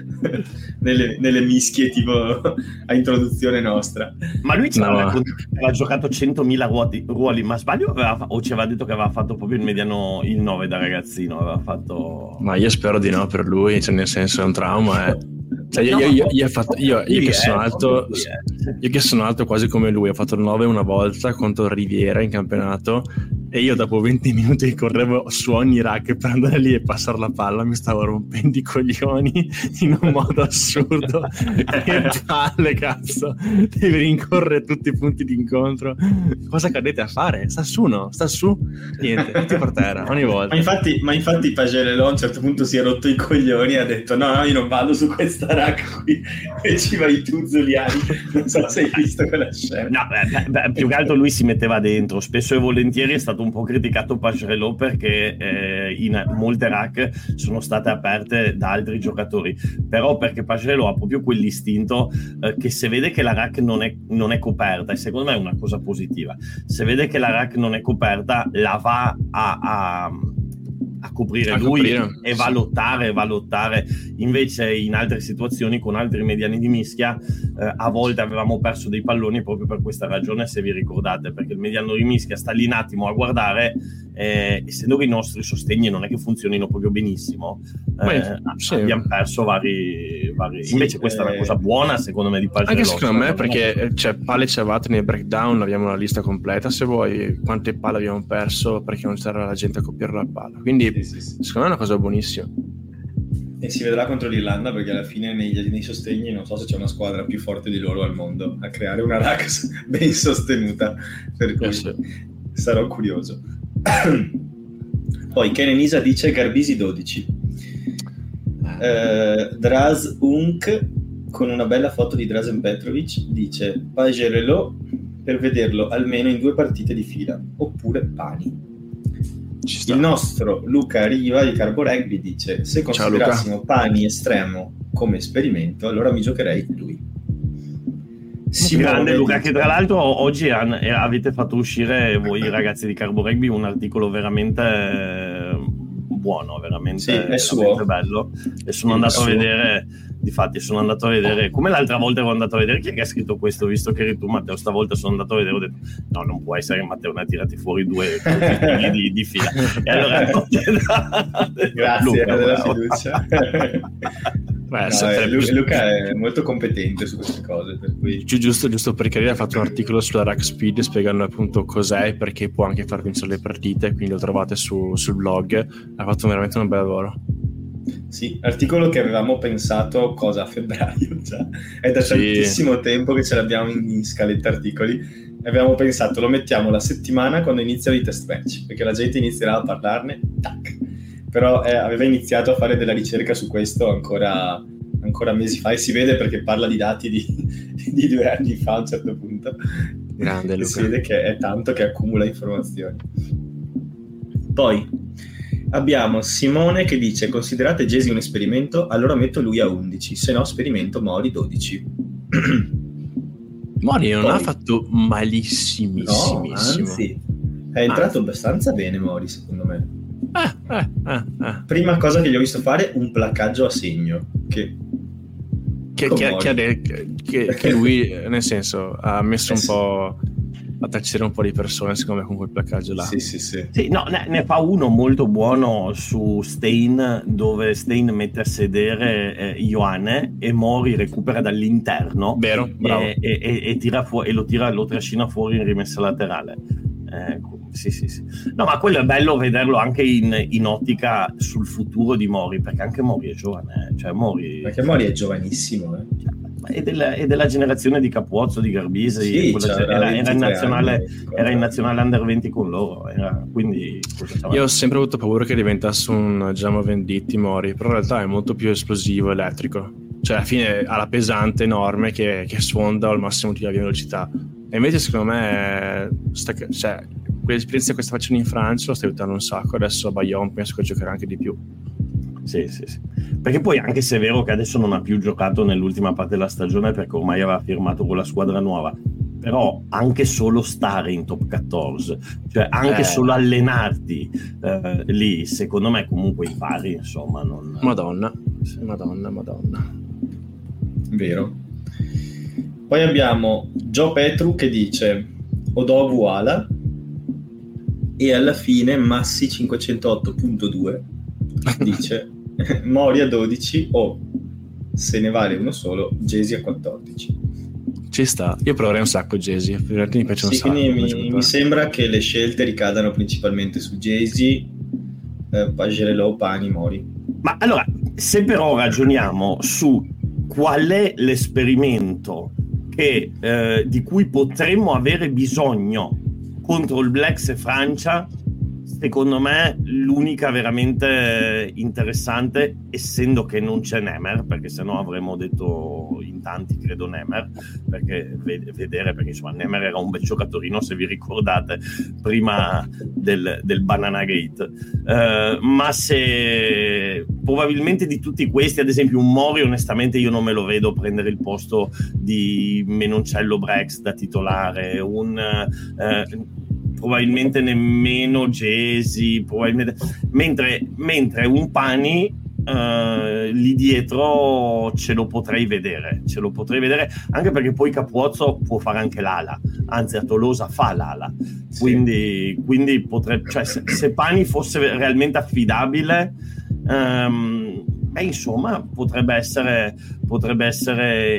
nelle, nelle mischie tipo a introduzione nostra. Ma lui no. aveva, aveva giocato centomila ruoli, ruoli, ma sbaglio aveva, o ci aveva detto che aveva fatto proprio il mediano il nove da ragazzino, aveva fatto... Ma io spero di no per lui, cioè nel senso è un trauma, eh. Cioè, io, io, io, io, ho fatto, io, io che sono alto io che sono alto quasi come lui, ho fatto il nove una volta contro Riviera in campionato e io dopo venti minuti che correvo su ogni rack per andare lì e passare la palla mi stavo rompendo i coglioni in un modo assurdo. Che palle, cazzo, devi rincorrere tutti i punti di incontro, cosa cadete a fare? Sta su, no? Sta su? Niente, tutti per terra ogni volta. Ma infatti, ma infatti Pagello a un certo punto si è rotto i coglioni e ha detto no no io non vado su questa rack qui e ci vai tu Zuliani. Non so se hai visto quella scena. No, beh, beh, più che altro lui si metteva dentro, spesso e volentieri è stato un po' criticato Pagerello perché eh, in molte rack sono state aperte da altri giocatori, però perché Pagerello ha proprio quell'istinto eh, che se vede che la rack non è, non è coperta, e secondo me è una cosa positiva, se vede che la rack non è coperta la va a, a a coprire a lui coprire, e va sì. a lottare, va a lottare. Invece in altre situazioni con altri mediani di mischia eh, a volte avevamo perso dei palloni proprio per questa ragione, se vi ricordate, perché il mediano di mischia sta lì un attimo a guardare, eh, essendo che i nostri sostegni non è che funzionino proprio benissimo, eh, Beh, sì. abbiamo perso vari, vari... Sì, invece questa eh... è una cosa buona secondo me di Pagerello, anche secondo me, perché c'è palle cevate nei breakdown, abbiamo la lista completa se vuoi, quante palle abbiamo perso perché non c'era la gente a copiare la palla, quindi sì, sì, sì. secondo me è una cosa buonissima e si vedrà contro l'Irlanda, perché alla fine nei, nei sostegni non so se c'è una squadra più forte di loro al mondo a creare una rack ben sostenuta, per cui sì. sarò curioso. Poi Ken Enisa dice Garbisi dodici, uh, Draz Unk con una bella foto di Drazen Petrovic dice Pagerello per vederlo almeno in due partite di fila, oppure Pani. Il nostro Luca Riva di Carbo Rugby dice se considerassimo Pani estremo come esperimento allora mi giocherei lui. Sì, grande Luca, che tra l'altro oggi han, avete fatto uscire voi ragazzi di Carbo Rugby un articolo veramente buono, veramente, sì, è veramente suo. bello, e sono è andato suo. a vedere, difatti sono andato a vedere, come l'altra volta ero andato a vedere chi è che ha scritto questo, visto che eri tu Matteo, stavolta sono andato a vedere, ho detto no, non può essere Matteo, ne ha tirati fuori due di, di fila, e allora grazie Luca, della fiducia. Beh, no, eh, Luca, Luca è molto competente su queste cose, per cui... giusto, giusto perché lui ha fatto un articolo sulla Rack Speed spiegando appunto cos'è, perché può anche far vincere le partite, quindi lo trovate su, sul blog. Ha fatto veramente un bel lavoro. Sì, articolo che avevamo pensato cosa a febbraio già, è da sì. tantissimo tempo che ce l'abbiamo in, in scaletta articoli, e avevamo pensato lo mettiamo la settimana quando iniziano i test match, perché la gente inizierà a parlarne, tac. Però eh, aveva iniziato a fare della ricerca su questo ancora, ancora mesi fa, e si vede perché parla di dati di, di due anni fa a un certo punto. Grande Luca. Si vede che è tanto che accumula informazioni. Poi abbiamo Simone che dice considerate Gesi un esperimento, allora metto lui a undici, se no sperimento Mori dodici. Mori non Poi, ha fatto malissimissimo. No, anzi è entrato ah. abbastanza bene Mori, secondo me. Ah, ah, ah, ah. Prima cosa che gli ho visto fare, un placcaggio a segno che che, che, che, che, che lui nel senso ha messo eh un sì. po' a tacere un po' di persone secondo me con quel placcaggio là. Sì, sì, sì. sì no, ne, ne fa uno molto buono su Stein, dove Stein mette a sedere eh, Ioane e Mori recupera dall'interno. Vero, bravo. E, e, e, e, tira fu- e lo tira, lo trascina fuori in rimessa laterale. Eh, sì, sì, sì. No, ma quello è bello vederlo anche in, in ottica sul futuro di Mori, perché anche Mori è giovane, cioè Mori... Perché Mori è giovanissimo, eh. e della, e della generazione di Capuzzo, di Garbisi, sì, cioè, era, era, in nazionale, era in nazionale under venti con loro, era, quindi io ho sempre avuto paura che diventasse un Giamo Venditti Mori, però in realtà è molto più esplosivo, elettrico, cioè alla fine ha la pesante enorme che, che sfonda al massimo di velocità, e invece secondo me sta, cioè, quell'esperienza che sta facendo in Francia lo sta aiutando un sacco, adesso a Bayonne penso che giocherà anche di più. Sì, sì, sì. Perché poi, anche se è vero che adesso non ha più giocato nell'ultima parte della stagione perché ormai aveva firmato con la squadra nuova, però anche solo stare in top quattordici, cioè anche eh. solo allenarti eh, lì, secondo me comunque impari, insomma. Non... Madonna, sì. Madonna, Madonna. Vero. Poi abbiamo Gio Petru che dice Odogu ala, e alla fine Massi cinquecentootto punto due dice Mori a dodici o, se ne vale uno solo, Gesi a quattordici. Ci sta, io proverei un sacco Gesi, in realtà mi piace sì, un sacco. Mi, mi sembra che le scelte ricadano principalmente su Gesi, eh, Pagerello, Pani, Mori. Ma allora, se però ragioniamo su qual è l'esperimento che, eh, di cui potremmo avere bisogno contro il Blacks e Francia, secondo me l'unica veramente interessante, essendo che non c'è Nemer, perché sennò avremmo detto in tanti credo Nemer, perché vedere, perché insomma Nemer era un bel giocatorino, se vi ricordate, prima del, del Banana Gate, uh, ma se probabilmente di tutti questi, ad esempio un Mori, onestamente io non me lo vedo prendere il posto di Menoncello Brex da titolare, un uh, probabilmente nemmeno Gesi, probabilmente... Mentre, mentre un Pani uh, lì dietro ce lo potrei vedere, ce lo potrei vedere, anche perché poi Capuzzo può fare anche l'ala, anzi a Tolosa fa l'ala, sì. quindi, quindi potrebbe, cioè, se, se Pani fosse realmente affidabile, um, beh, insomma potrebbe essere potrebbe essere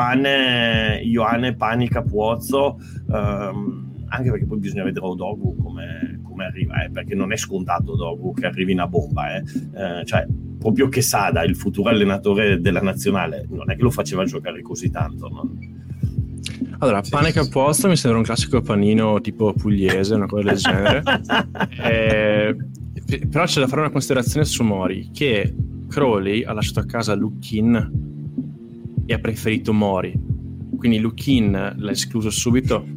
Ioane, Ioane Pani, Capuzzo, um, anche perché poi bisogna vedere Odogu come, come arriva, eh, perché non è scontato Odogu che arrivi una bomba, eh. Eh, cioè proprio Quesada, il futuro allenatore della nazionale, non è che lo faceva giocare così tanto, no? Allora, sì, Pane sì, Capozzo sì. Mi sembra un classico panino tipo pugliese, una cosa del genere. eh, però c'è da fare una considerazione su Mori, che Crowley ha lasciato a casa Lukin e ha preferito Mori, quindi Lukin l'ha escluso subito.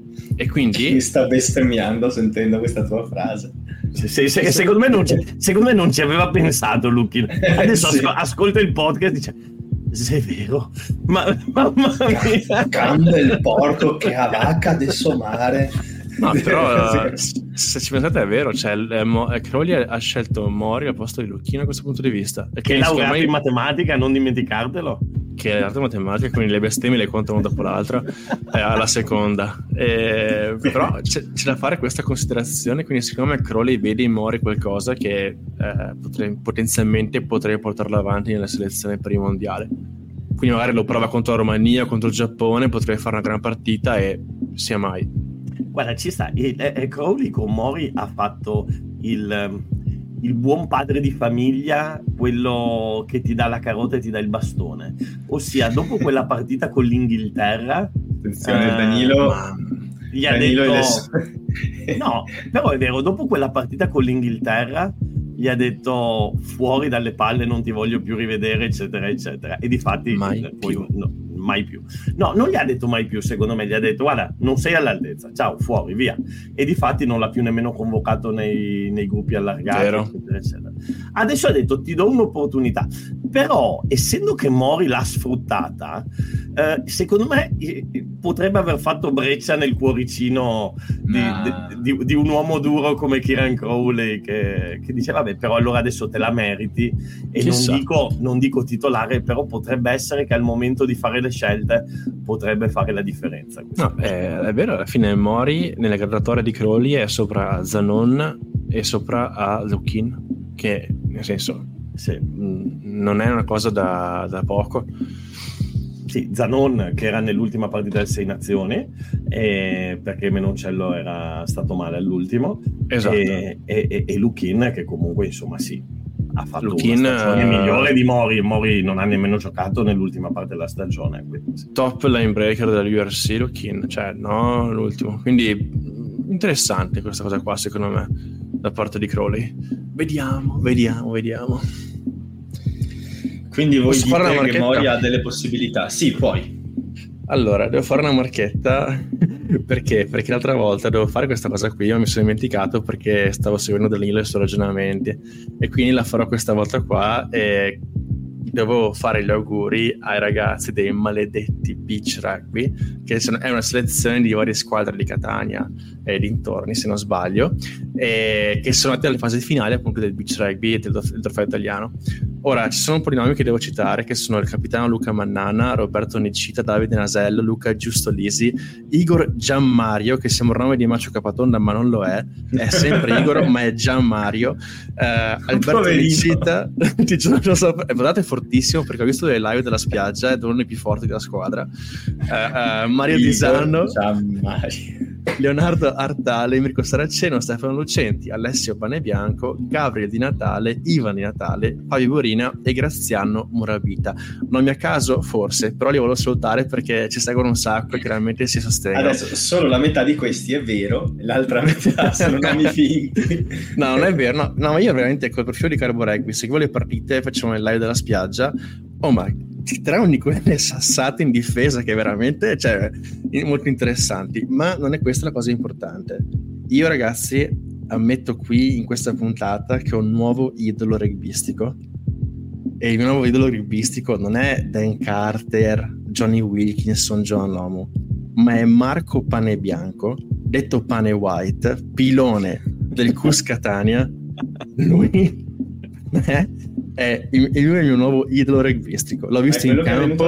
E quindi mi sta bestemmiando sentendo questa tua frase. Se, se, se, secondo, me non ci, secondo me non ci aveva pensato Lukin. Adesso sì. asco, ascolta il podcast e dice se è vero, ma mamma mia, cambia il porco che a vacca adesso mare. No, però se ci pensate è vero, cioè Crowley ha scelto Mori al posto di Lucchino a questo punto di vista, e che è laureato in matematica, non dimenticartelo, che è laureato in matematica, quindi le bestemmie le contano una dopo l'altra eh, alla seconda, eh, però c'è, c'è da fare questa considerazione, quindi secondo me Crowley vede in Mori qualcosa che eh, potre, potenzialmente potrebbe portarlo avanti nella selezione per il mondiale, quindi magari lo prova contro la Romania, contro il Giappone, potrebbe fare una gran partita e sia mai. Guarda, ci sta, e, e Crowley con Mori ha fatto il, il buon padre di famiglia, quello che ti dà la carota e ti dà il bastone, ossia dopo quella partita con l'Inghilterra, attenzione, eh, Danilo gli ha Danilo detto le... no, però è vero, dopo quella partita con l'Inghilterra gli ha detto fuori dalle palle, non ti voglio più rivedere, eccetera eccetera, e difatti mai poi, più. No, mai più. No, non gli ha detto mai più, secondo me gli ha detto guarda, non sei all'altezza, ciao, fuori, via. E difatti non l'ha più nemmeno convocato nei, nei gruppi allargati, eccetera, eccetera. Adesso ha detto ti do un'opportunità, però essendo che Mori l'ha sfruttata, eh, secondo me eh, potrebbe aver fatto breccia nel cuoricino di, ah. di, di, di un uomo duro come Kieran Crowley che, che dice vabbè, però allora adesso te la meriti, e non dico, non dico titolare, però potrebbe essere che al momento di fare le scelte potrebbe fare la differenza. No, è, è vero, alla fine Mori nella graduatoria di Crowley è sopra Zanon e sopra a Lukin, che nel senso sì, non è una cosa da, da poco. Sì, Zanon che era nell'ultima partita del Sei Nazioni, e perché Menoncello era stato male all'ultimo, esatto. e, e, e Lukin che comunque insomma sì, ha fatto Lukin, una stagione migliore di Mori. Mori non ha nemmeno giocato nell'ultima parte della stagione, quindi, sì. Top linebreaker dell'U R C Lukin, cioè no, l'ultimo, quindi interessante questa cosa qua secondo me da parte di Crowley. Vediamo, vediamo, vediamo. Quindi voi Posso fare una dite che marchetta? Mori ha delle possibilità? Sì, puoi. Allora, devo fare una marchetta. Perché? Perché l'altra volta devo fare questa cosa qui, io mi sono dimenticato perché stavo seguendo Danilo e i suoi ragionamenti, e quindi la farò questa volta qua. E devo fare gli auguri ai ragazzi dei maledetti Beach Rugby, che sono, è una selezione di varie squadre di Catania e dintorni, se non sbaglio, e che sono andate alle fasi finali appunto del Beach Rugby e del, del trofeo italiano. Ora ci sono un po' di nomi che devo citare, che sono il capitano Luca Mannana, Roberto Nicita, Davide Nasello, Luca Giustolisi, Igor Gianmario, che sembra un nome di Macio Capatonda ma non lo è, è sempre Igor ma è Gianmario, eh, Alberto Poverino. Nicita, ti giuro, non so, guardate, è fortissimo perché ho visto delle live della spiaggia ed è uno dei più forti della squadra. eh, eh, Mario Di Sanno, Gianmario. Leonardo Ardale, Mirko Saraceno, Stefano Lucenti, Alessio Panebianco, Gabriele Di Natale, Ivan Di Natale, Fabio Borina e Graziano Moravita. Nomi a caso forse, però li volevo salutare perché ci seguono un sacco e chiaramente si sostengono. Adesso solo la metà di questi è vero, l'altra metà sono nomi finti. No, non è vero, no, no, ma io veramente col profilo di Carbo Rugby seguivo le partite, facciamo il live della spiaggia, oh ma ci trovano di quelle sassate in difesa che veramente, cioè, molto interessanti, ma non è questa la cosa importante. Io ragazzi ammetto qui in questa puntata che ho un nuovo idolo rugbyistico, e il mio nuovo idolo rugbyistico non è Dan Carter, Johnny Wilkinson, John Lomu, ma è Marco Panebianco, detto Pane White, pilone del C U S Catania. Lui è, è, il, lui è il mio nuovo idolo rugbyistico. L'ho visto in campo.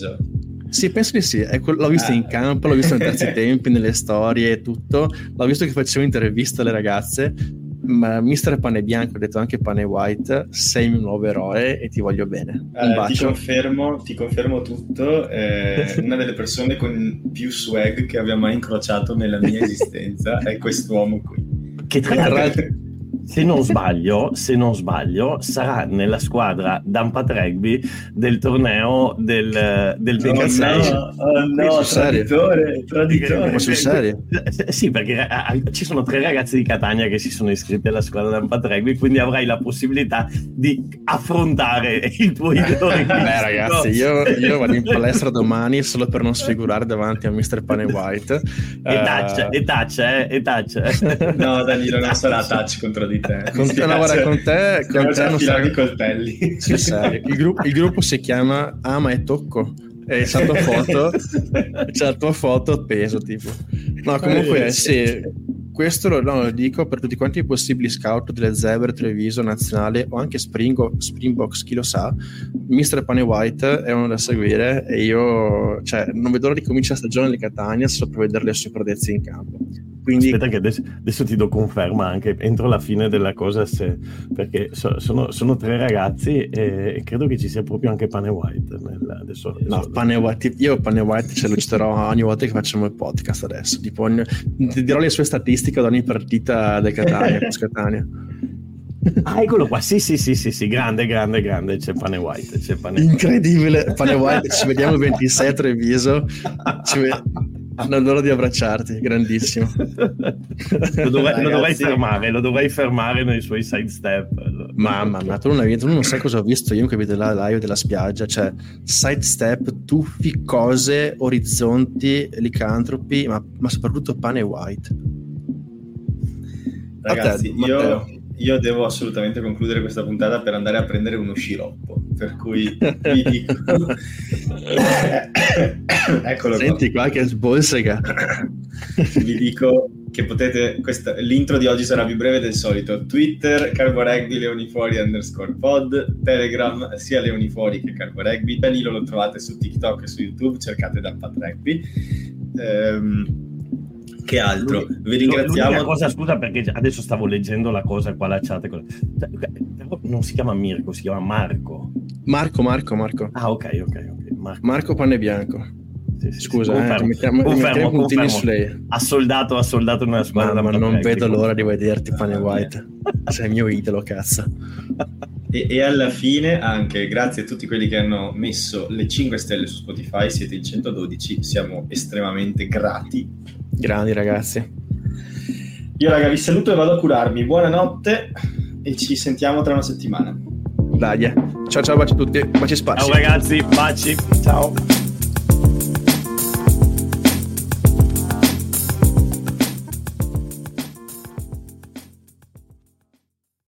Sì, penso di sì. È quel, l'ho visto ah. in campo, l'ho visto nei terzi tempi, nelle storie e tutto. L'ho visto che facevo interviste alle ragazze. Ma mister Pane Bianco, ho detto anche Pane White, sei il mio nuovo eroe e ti voglio bene. Un bacio. Ti confermo, ti confermo tutto. È una delle persone con più swag che abbia mai incrociato nella mia esistenza è quest'uomo qui. Che tra l'altro, se non sbaglio, se non sbaglio, sarà nella squadra Dampat Rugby del torneo del del ventisei. Oh no, oh no, traditore, traditore. Sul serio? Sì, perché ci sono tre ragazzi di Catania che si sono iscritti alla squadra Dampat Rugby, quindi avrai la possibilità di affrontare il tuo idolo. Beh ragazzi, io, io vado in palestra domani solo per non sfigurare davanti a mister Pane White. E uh... touch, e touch, eh, e touch. No, Danilo, non sarà touch contro di te. Con te, no, guarda, con te, con te non sarà... i coltelli. Sì, serio. Il, gruppo, il gruppo si chiama Ama e Tocco. E c'è la tua foto, c'è la tua foto appeso, tipo. No, comunque, eh, sì, questo lo, no, lo dico per tutti quanti i possibili scout delle Zebre, Treviso, Nazionale o anche Springo, Springboks, chi lo sa. mister Pane White è uno da seguire e io, cioè, non vedo l'ora di cominciare la stagione di Catania solo per vedere le sue prodezze in campo. Quindi... Aspetta che adesso, adesso ti do conferma anche entro la fine della cosa, se, perché so, sono, sono tre ragazzi e, e credo che ci sia proprio anche Pane White nel, adesso, adesso no, Pane White, io Pane White ce lo citerò ogni volta che facciamo il podcast adesso, tipo ogni, ti dirò le sue statistiche ad ogni partita del Catania. Catania. Ah, eccolo qua, sì sì sì sì sì, grande grande grande, c'è Pane White, c'è Pane incredibile White. Pane White, ci vediamo il ventisei a Treviso, ci ve... non l'ora di abbracciarti, grandissimo. Lo dovrai, lo dovrai fermare, lo dovrai fermare nei suoi side step. Mamma mia, tu non, tu non sai cosa ho visto io che vedo la live della spiaggia, cioè side step, tuffi, cose, orizzonti, licantropi, ma, ma soprattutto Pane White. Ragazzi, te, io, io devo assolutamente concludere questa puntata per andare a prendere uno sciroppo, per cui vi dico eccolo senti qua, qua che sbolsega. Vi dico che potete, questa, l'intro di oggi sarà più breve del solito. Twitter Carbo Rugby Leonifuori underscore pod, Telegram sia Leonifuori che Carbo Rugby, Danilo lo trovate su TikTok e su YouTube, cercate Dampat Rugby. ehm Che altro? Vi ringraziamo. L'unica cosa, scusa, perché adesso stavo leggendo la cosa qua, la chat. Però non si chiama Mirko, si chiama Marco. Marco, Marco, Marco. Ah, ok, ok, ok. Marco, Marco Pane Bianco. Sì, sì, scusa, confermo, eh, mettiamo, confermo, mettiamo puntini su confermo. lei. Ha soldato, ha soldato nella squadra. Ma, ma non Rugby, vedo confermo. l'ora di vederti Pane White. Sei il mio idolo, cazzo. E, e alla fine anche grazie a tutti quelli che hanno messo le cinque stelle su Spotify, siete in centododici, siamo estremamente grati. Grandi ragazzi. Io raga vi saluto e vado a curarmi, buonanotte e ci sentiamo tra una settimana. Dai, ciao ciao, baci a tutti, baci sparsi. Ciao ragazzi, baci, ciao.